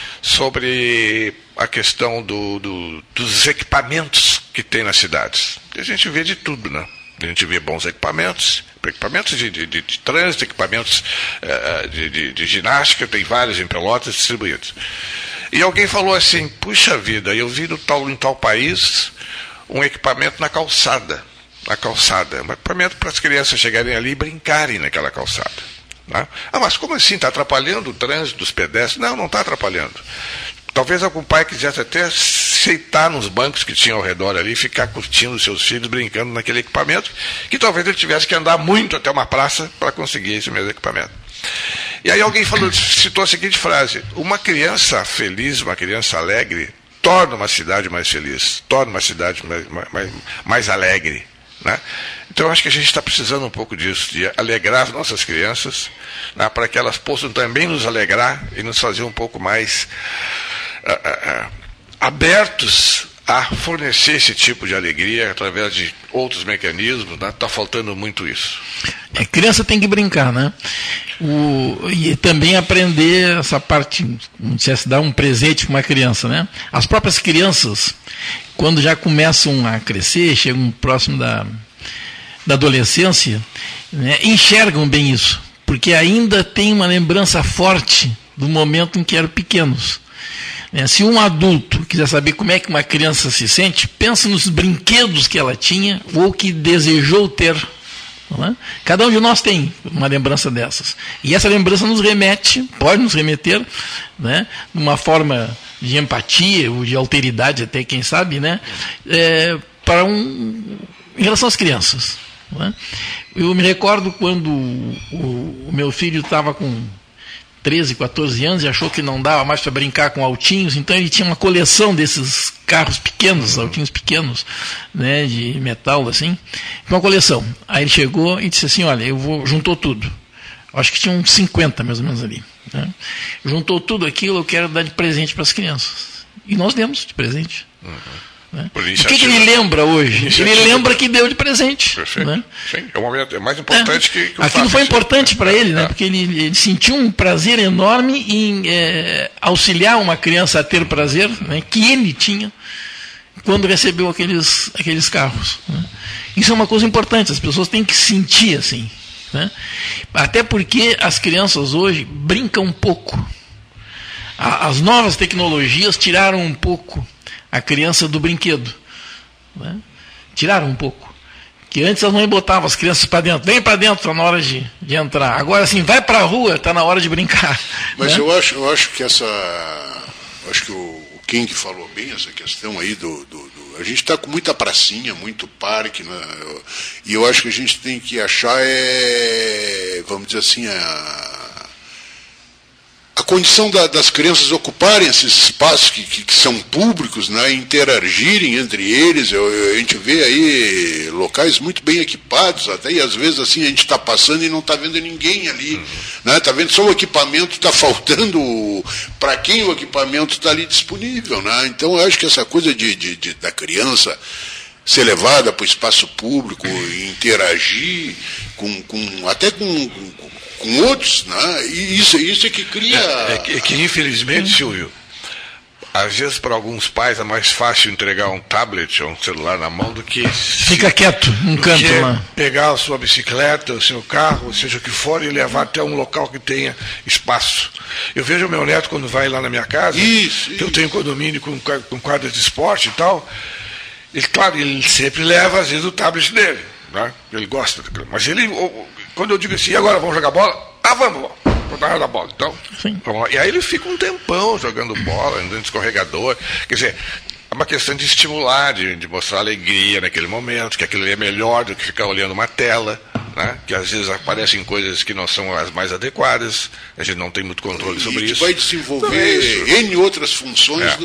sobre a questão do, do, dos equipamentos que tem nas cidades. E a gente vê de tudo, né? A gente vê bons equipamentos, equipamentos de, de, de, de trânsito, equipamentos uh, de, de, de ginástica, tem vários em Pelotas distribuídos. E alguém falou assim, puxa vida, eu vi no tal, em tal país um equipamento na calçada. Na calçada, um equipamento para as crianças chegarem ali e brincarem naquela calçada. Né? Ah, mas como assim? Está atrapalhando o trânsito dos pedestres? Não, não está atrapalhando. Talvez algum pai quisesse até sentar nos bancos que tinha ao redor ali e ficar curtindo os seus filhos, brincando naquele equipamento, que talvez ele tivesse que andar muito até uma praça para conseguir esse mesmo equipamento. E aí alguém falou, citou a seguinte frase, uma criança feliz, uma criança alegre, torna uma cidade mais feliz, torna uma cidade mais, mais, mais alegre. Né? Então eu acho que a gente está precisando um pouco disso, de alegrar as nossas crianças, né, para que elas possam também nos alegrar e nos fazer um pouco mais uh, uh, uh, abertos a fornecer esse tipo de alegria através de outros mecanismos. Está, né? Faltando muito isso. A criança tem que brincar, né? O, e também aprender essa parte, não sei se dar um presente para uma criança, né? As próprias crianças, quando já começam a crescer, chegam próximo da, da adolescência, né, enxergam bem isso, porque ainda tem uma lembrança forte do momento em que eram pequenos. É, se um adulto quiser saber como é que uma criança se sente, pensa nos brinquedos que ela tinha ou que desejou ter. Não é? Cada um de nós tem uma lembrança dessas. E essa lembrança nos remete, pode nos remeter, né, numa forma de empatia ou de alteridade, até quem sabe, né, é, para um, em relação às crianças. Não é? Eu me recordo quando o, o meu filho estava com treze, quatorze anos e achou que não dava mais para brincar com autinhos, então ele tinha uma coleção desses carros pequenos, autinhos pequenos, né, de metal, assim, uma coleção. Aí ele chegou e disse assim, olha, eu vou, juntou tudo. Acho que tinha uns cinquenta, mais ou menos, ali. Né? Juntou tudo aquilo, eu quero dar de presente para as crianças. E nós demos de presente. Uhum. Né? O que, que ele lembra hoje? Ele lembra que deu de presente. Perfeito. Né? Sim, é, o momento, é mais importante é. que, que o Aquilo foi importante para ele, né? É. Porque ele, ele sentiu um prazer enorme em é, auxiliar uma criança a ter prazer, né? Que ele tinha quando recebeu aqueles, aqueles carros. Né? Isso é uma coisa importante, as pessoas têm que sentir assim. Né? Até porque as crianças hoje brincam um pouco. A, as novas tecnologias tiraram um pouco a criança do brinquedo. Né? Tiraram um pouco. Que antes as mães botavam as crianças para dentro, vem para dentro, está na hora de, de entrar. Agora, assim, vai para a rua, está na hora de brincar. Mas né? eu, acho, eu acho que essa. Acho que o, o King falou bem essa questão aí do. do, do a gente está com muita pracinha, muito parque, né? Eu, e eu acho que a gente tem que achar, é, vamos dizer assim, a. A condição da, das crianças ocuparem esses espaços que, que, que são públicos, né, interagirem entre eles. Eu, eu, a gente vê aí locais muito bem equipados, até, e às vezes assim a gente está passando e não está vendo ninguém ali. Uhum. Né, tá vendo só o equipamento, está faltando para quem o equipamento está ali disponível. Né? Então eu acho que essa coisa de, de, de, da criança ser levada para o espaço público, interagir com, com até com, com com outros, né? E isso, isso é que cria... É, é, que, é que, infelizmente, Silvio, às vezes para alguns pais é mais fácil entregar um tablet ou um celular na mão do que... Fica quieto, num canto lá. Pegar a sua bicicleta, o seu carro, seja o que for, e levar até um local que tenha espaço. Eu vejo o meu neto quando vai lá na minha casa, isso, que isso. eu tenho condomínio com, com quadras de esporte e tal, e claro, ele sempre leva, às vezes, o tablet dele, né? Ele gosta, mas ele... Quando eu digo assim, e agora vamos jogar bola? Ah, vamos, vamos dar da bola. Então, vamos lá. E aí ele fica um tempão jogando bola, andando de escorregador. Quer dizer, é uma questão de estimular, de, de mostrar alegria naquele momento, que aquilo ali é melhor do que ficar olhando uma tela, né? Que às vezes aparecem coisas que não são as mais adequadas, a gente não tem muito controle e sobre isso. vai desenvolver então, é N outras funções é, do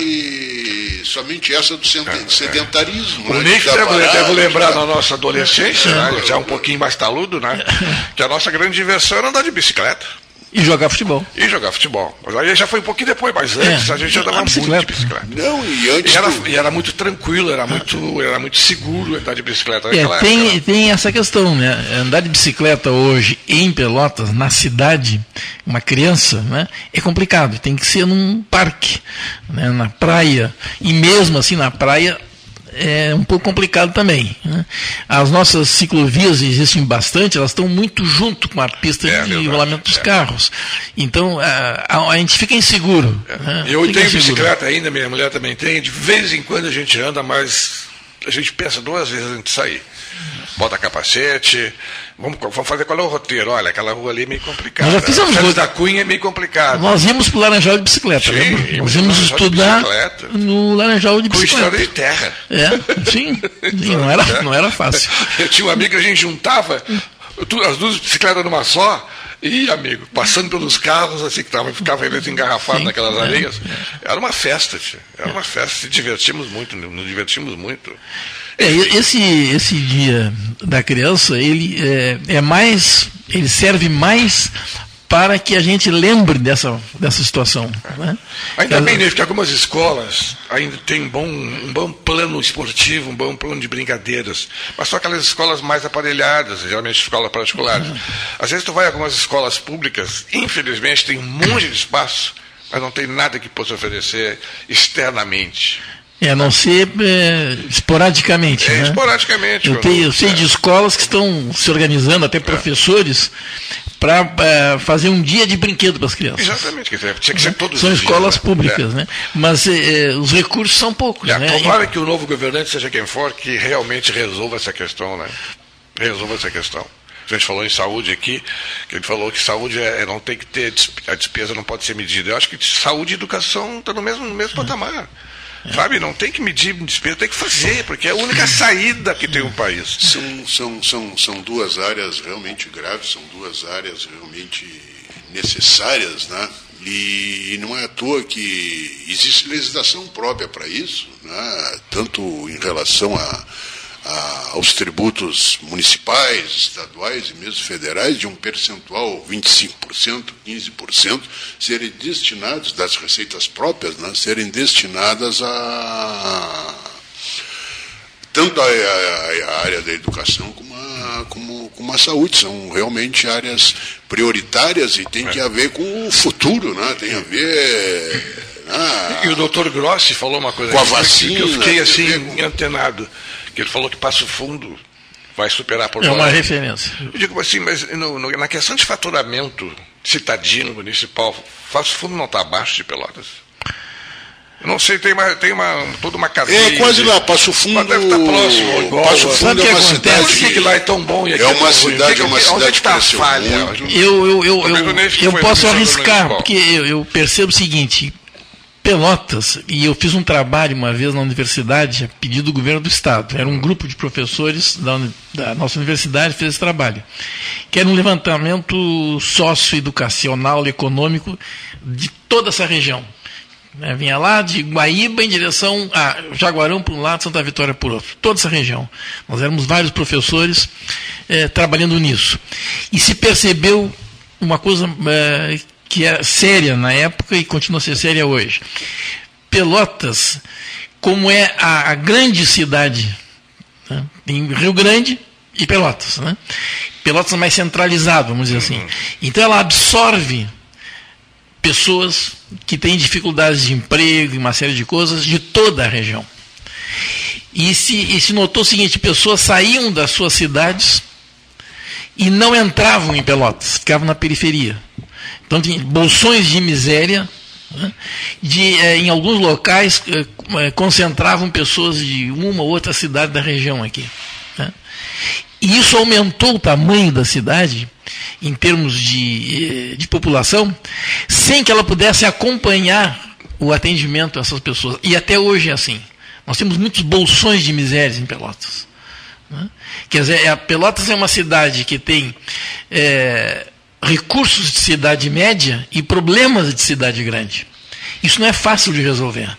que é. somente essa do sedentarismo. É, é. O Nick deve, deve lembrar da nossa adolescência, né? Já um pouquinho mais taludo, né? Que a nossa grande diversão era andar de bicicleta. E jogar futebol. E jogar futebol. Mas aí já foi um pouquinho depois, mas antes é, a gente andava muito de bicicleta. Não, e antes. E era, do... e era muito tranquilo, era muito, era muito seguro andar de bicicleta é, naquela tem, época. Tem essa questão, né? Andar de bicicleta hoje em Pelotas, na cidade, uma criança, né? É complicado. Tem que ser num parque, né? Na praia. E mesmo assim, na praia, é um pouco complicado também. Né? As nossas ciclovias existem bastante, elas estão muito junto com a pista é, de verdade, rolamento dos é. carros. Então, a, a, a gente fica inseguro. É. Né? Eu fica tenho inseguro. bicicleta ainda, minha mulher também tem. De vez em quando a gente anda, mas a gente pensa duas vezes antes de sair. Bota capacete, vamos, vamos fazer qual é o roteiro. Olha, aquela rua ali é meio complicada. Nós já fizemos Félix da Cunha é meio complicado. Nós íamos para o Laranjal de bicicleta. Sim, né? Nós íamos estudar no Laranjal de bicicleta. Com estrada de terra. É, sim. sim não, era, não era fácil. Eu tinha um amigo que a gente juntava as duas bicicletas numa só. E, amigo, passando pelos carros, assim, que tava, ficava eles engarrafados naquelas é, areias. É. Era uma festa, tia. Era uma festa. Se divertimos muito, nos divertimos muito. É, esse, esse dia da criança, ele é, é mais, ele serve mais para que a gente lembre dessa, dessa situação. É. Né? Ainda bem, né, que algumas escolas ainda têm um bom, um bom plano esportivo, um bom plano de brincadeiras, mas só aquelas escolas mais aparelhadas, geralmente escolas particulares. Uhum. Às vezes tu vai a algumas escolas públicas, infelizmente tem um monte de espaço, mas não tem nada que possa oferecer externamente. É, a não ser é, esporadicamente. É, né? esporadicamente. Eu, tenho, eu sei é. de escolas que estão se organizando, até professores, é. para é, fazer um dia de brinquedo para as crianças. Exatamente, quer dizer, tinha que ser todos São os escolas dias, públicas, né? né? Mas é, os recursos são poucos. É, né? Tomara que o novo governante, seja quem for, que realmente resolva essa questão, né? Resolva essa questão. A gente falou em saúde aqui, que ele falou que saúde é, não tem que ter, a despesa não pode ser medida. Eu acho que saúde e educação estão no mesmo, no mesmo patamar. É. Sabe, não tem que medir despesa, tem que fazer, porque é a única saída que tem o país. São, são, são, são duas áreas realmente graves, são duas áreas realmente necessárias, né? E não é à toa que existe legislação própria para isso, né? Tanto em relação a, a, aos tributos municipais, estaduais e mesmo federais, de um percentual vinte e cinco por cento, quinze por cento, serem destinados, das receitas próprias, né? Serem destinadas a tanto a, a, a área da educação como a, como, como a saúde. São realmente áreas prioritárias e tem que haver com o futuro, né? Tem a ver... Ah, e o doutor Grossi falou uma coisa com a vacina, que eu fiquei assim antenado, que ele falou que Passo Fundo vai superar por É uma referência. Eu digo assim, mas no, no, na questão de faturamento citadino, municipal, Passo Fundo não está abaixo de Pelotas? Eu não sei, tem, uma, tem uma, toda uma cadeia. É quase de, lá, Passo Fundo. Mas deve estar próximo, igual. Passo Fundo é uma cidade. Por que, que lá é tão bom e aqui é uma é cidade, que, é uma cidade que está falha. Eu, eu, eu, eu, eu posso arriscar, porque eu, eu percebo o seguinte: Pelotas, e eu fiz um trabalho uma vez na universidade, a pedido do governo do estado. Era um grupo de professores da, da nossa universidade que fez esse trabalho, que era um levantamento socioeducacional, econômico de toda essa região. Né, vinha lá de Guaíba em direção a Jaguarão por um lado, Santa Vitória por outro, toda essa região. Nós éramos vários professores eh, trabalhando nisso. E se percebeu uma coisa eh, que era séria na época e continua a ser séria hoje. Pelotas, como é a, a grande cidade, né, em Rio Grande e Pelotas. Né? Pelotas é mais centralizado, vamos dizer assim. Então ela absorve pessoas que têm dificuldades de emprego e uma série de coisas de toda a região. E se, e se notou o seguinte: pessoas saíam das suas cidades e não entravam em Pelotas, ficavam na periferia. Então, tinha bolsões de miséria, né, de, eh, em alguns locais eh, concentravam pessoas de uma ou outra cidade da região aqui. Né. E isso aumentou o tamanho da cidade, em termos de, de população, sem que ela pudesse acompanhar o atendimento a essas pessoas. E até hoje é assim. Nós temos muitos bolsões de misérias em Pelotas. Né? Quer dizer, a Pelotas é uma cidade que tem é, recursos de cidade média e problemas de cidade grande. Isso não é fácil de resolver.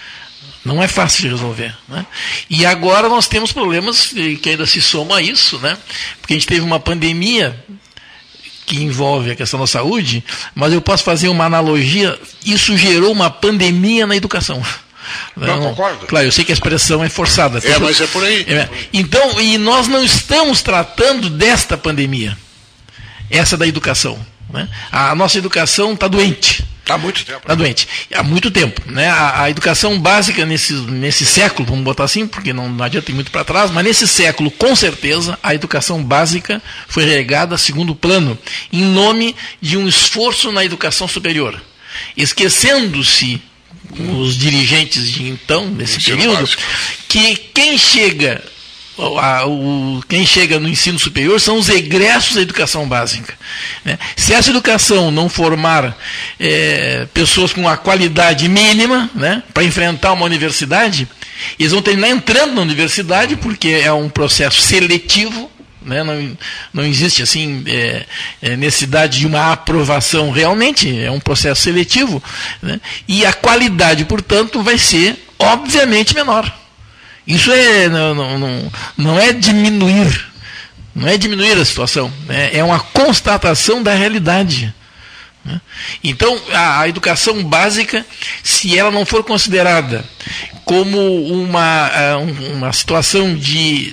Não é fácil de resolver. Né? E agora nós temos problemas que ainda se somam a isso, né? Porque a gente teve uma pandemia que envolve a questão da saúde, mas eu posso fazer uma analogia: isso gerou uma pandemia na educação. Não, não concordo. Claro, eu sei que a expressão é forçada. É, mas é por aí. É. Então, e nós não estamos tratando desta pandemia, essa da educação. Né? A nossa educação está doente. Há muito tempo. Está doente. Há muito tempo. Né? A, a educação básica nesse, nesse século, vamos botar assim, porque não, não adianta ir muito para trás, mas nesse século, com certeza, a educação básica foi relegada a segundo plano, em nome de um esforço na educação superior. Esquecendo-se os dirigentes de então, nesse período, básico, que quem chega... A, o, quem chega no ensino superior são os egressos da educação básica. Né? Se essa educação não formar é, pessoas com a qualidade mínima, né, para enfrentar uma universidade, eles vão terminar entrando na universidade, porque é um processo seletivo. Né, não, não existe assim é, é, necessidade de uma aprovação realmente, é um processo seletivo. Né, e a qualidade, portanto, vai ser obviamente menor. Isso é, não, não, não é diminuir, não é diminuir a situação, né? É uma constatação da realidade. Né? Então, a, a educação básica, se ela não for considerada como uma, uma situação de,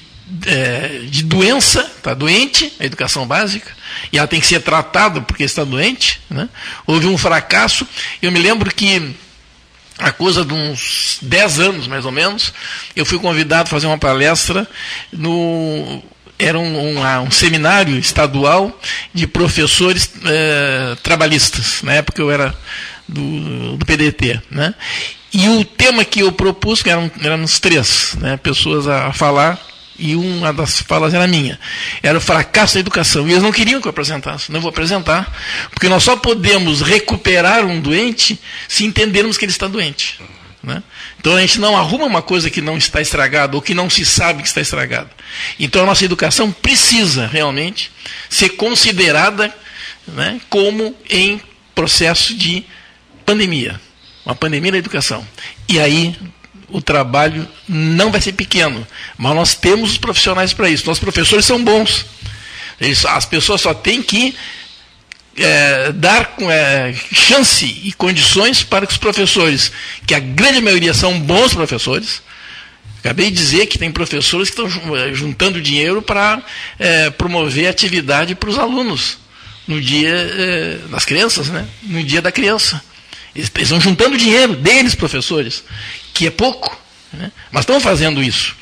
de doença, está doente, a educação básica, e ela tem que ser tratada porque está doente, né? Houve um fracasso. Eu me lembro que há coisa de uns dez anos, mais ou menos, eu fui convidado a fazer uma palestra no... Era um, um, um seminário estadual de professores eh, trabalhistas. Na época eu era do, do P D T. Né? E o tema que eu propus, que eram, éramos três, né, pessoas a, a falar, e uma das falas era minha. Era o fracasso da educação. E eles não queriam que eu apresentasse. Não vou apresentar, porque nós só podemos recuperar um doente se entendermos que ele está doente. Né? Então a gente não arruma uma coisa que não está estragada ou que não se sabe que está estragada. Então a nossa educação precisa realmente ser considerada, né, como em processo de pandemia, uma pandemia da educação. E aí o trabalho não vai ser pequeno, mas nós temos os profissionais para isso. Nossos professores são bons. Eles, as pessoas só têm que É, dar é, chance e condições para que os professores, que a grande maioria são bons professores, acabei de dizer que tem professores que estão juntando dinheiro para é, promover atividade para os alunos no dia é, das crianças, né? No dia da criança. Eles estão juntando dinheiro deles, professores, que é pouco, né? Mas estão fazendo isso.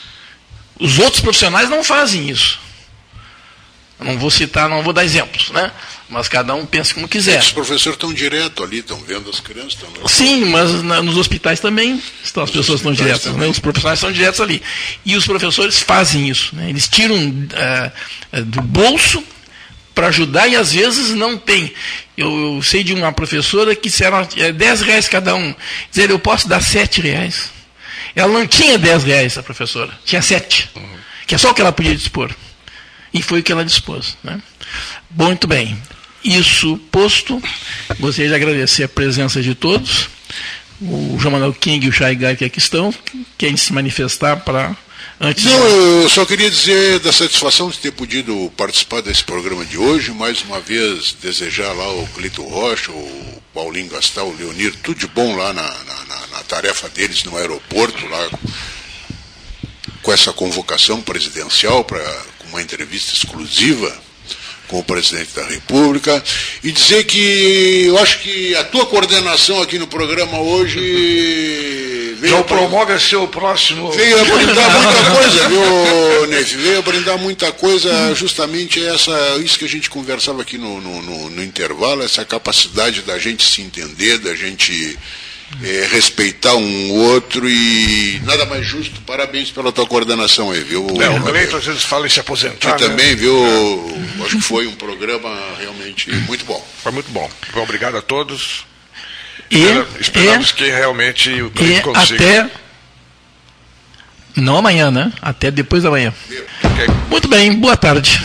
Os outros profissionais não fazem isso. Não vou citar, não vou dar exemplos, né? Mas cada um pensa como quiser. Os professores estão direto ali, estão vendo as crianças. Estão... Sim, mas na, nos hospitais também estão, as pessoas estão diretas, né? Os profissionais estão diretos ali. E os professores fazem isso, né? Eles tiram uh, do bolso para ajudar e às vezes não tem. Eu, eu sei de uma professora que disseram é, dez reais cada um. Dizer, eu posso dar sete reais. Ela não tinha dez reais, a professora, tinha sete. Uhum. Que é só o que ela podia dispor. E foi o que ela dispôs. Né? Bom, muito bem. Isso posto, gostaria de agradecer a presença de todos. O João Manuel King e o Chay Gai que aqui estão, querem se manifestar para... Antes Não, eu só queria dizer da satisfação de ter podido participar desse programa de hoje, mais uma vez desejar lá o Cleiton Rocha, o Paulinho Gastal, o Leonir, tudo de bom lá na, na, na tarefa deles no aeroporto, lá com essa convocação presidencial para uma entrevista exclusiva com o presidente da República, e dizer que eu acho que a tua coordenação aqui no programa hoje veio já promove a ser o próximo. Veio a brindar muita coisa, viu, Neif? Veio a brindar muita coisa, justamente essa, isso que a gente conversava aqui no, no, no, no intervalo, essa capacidade da gente se entender, da gente É, respeitar um outro, e nada mais justo. Parabéns pela tua coordenação aí, viu? É, o Cleiton às vezes fala em se aposentar. Que né? também, viu? É. Acho que foi um programa realmente muito bom. Foi muito bom. Obrigado a todos. E, Esperamos e, que realmente o Cleiton consiga. Até, não amanhã, né? Até depois da manhã. Okay. Muito bem, boa tarde.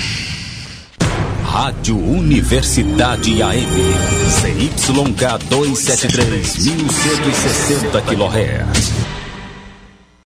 Rádio Universidade A M, C Y K duzentos e setenta e três, mil cento e sessenta quilohertz.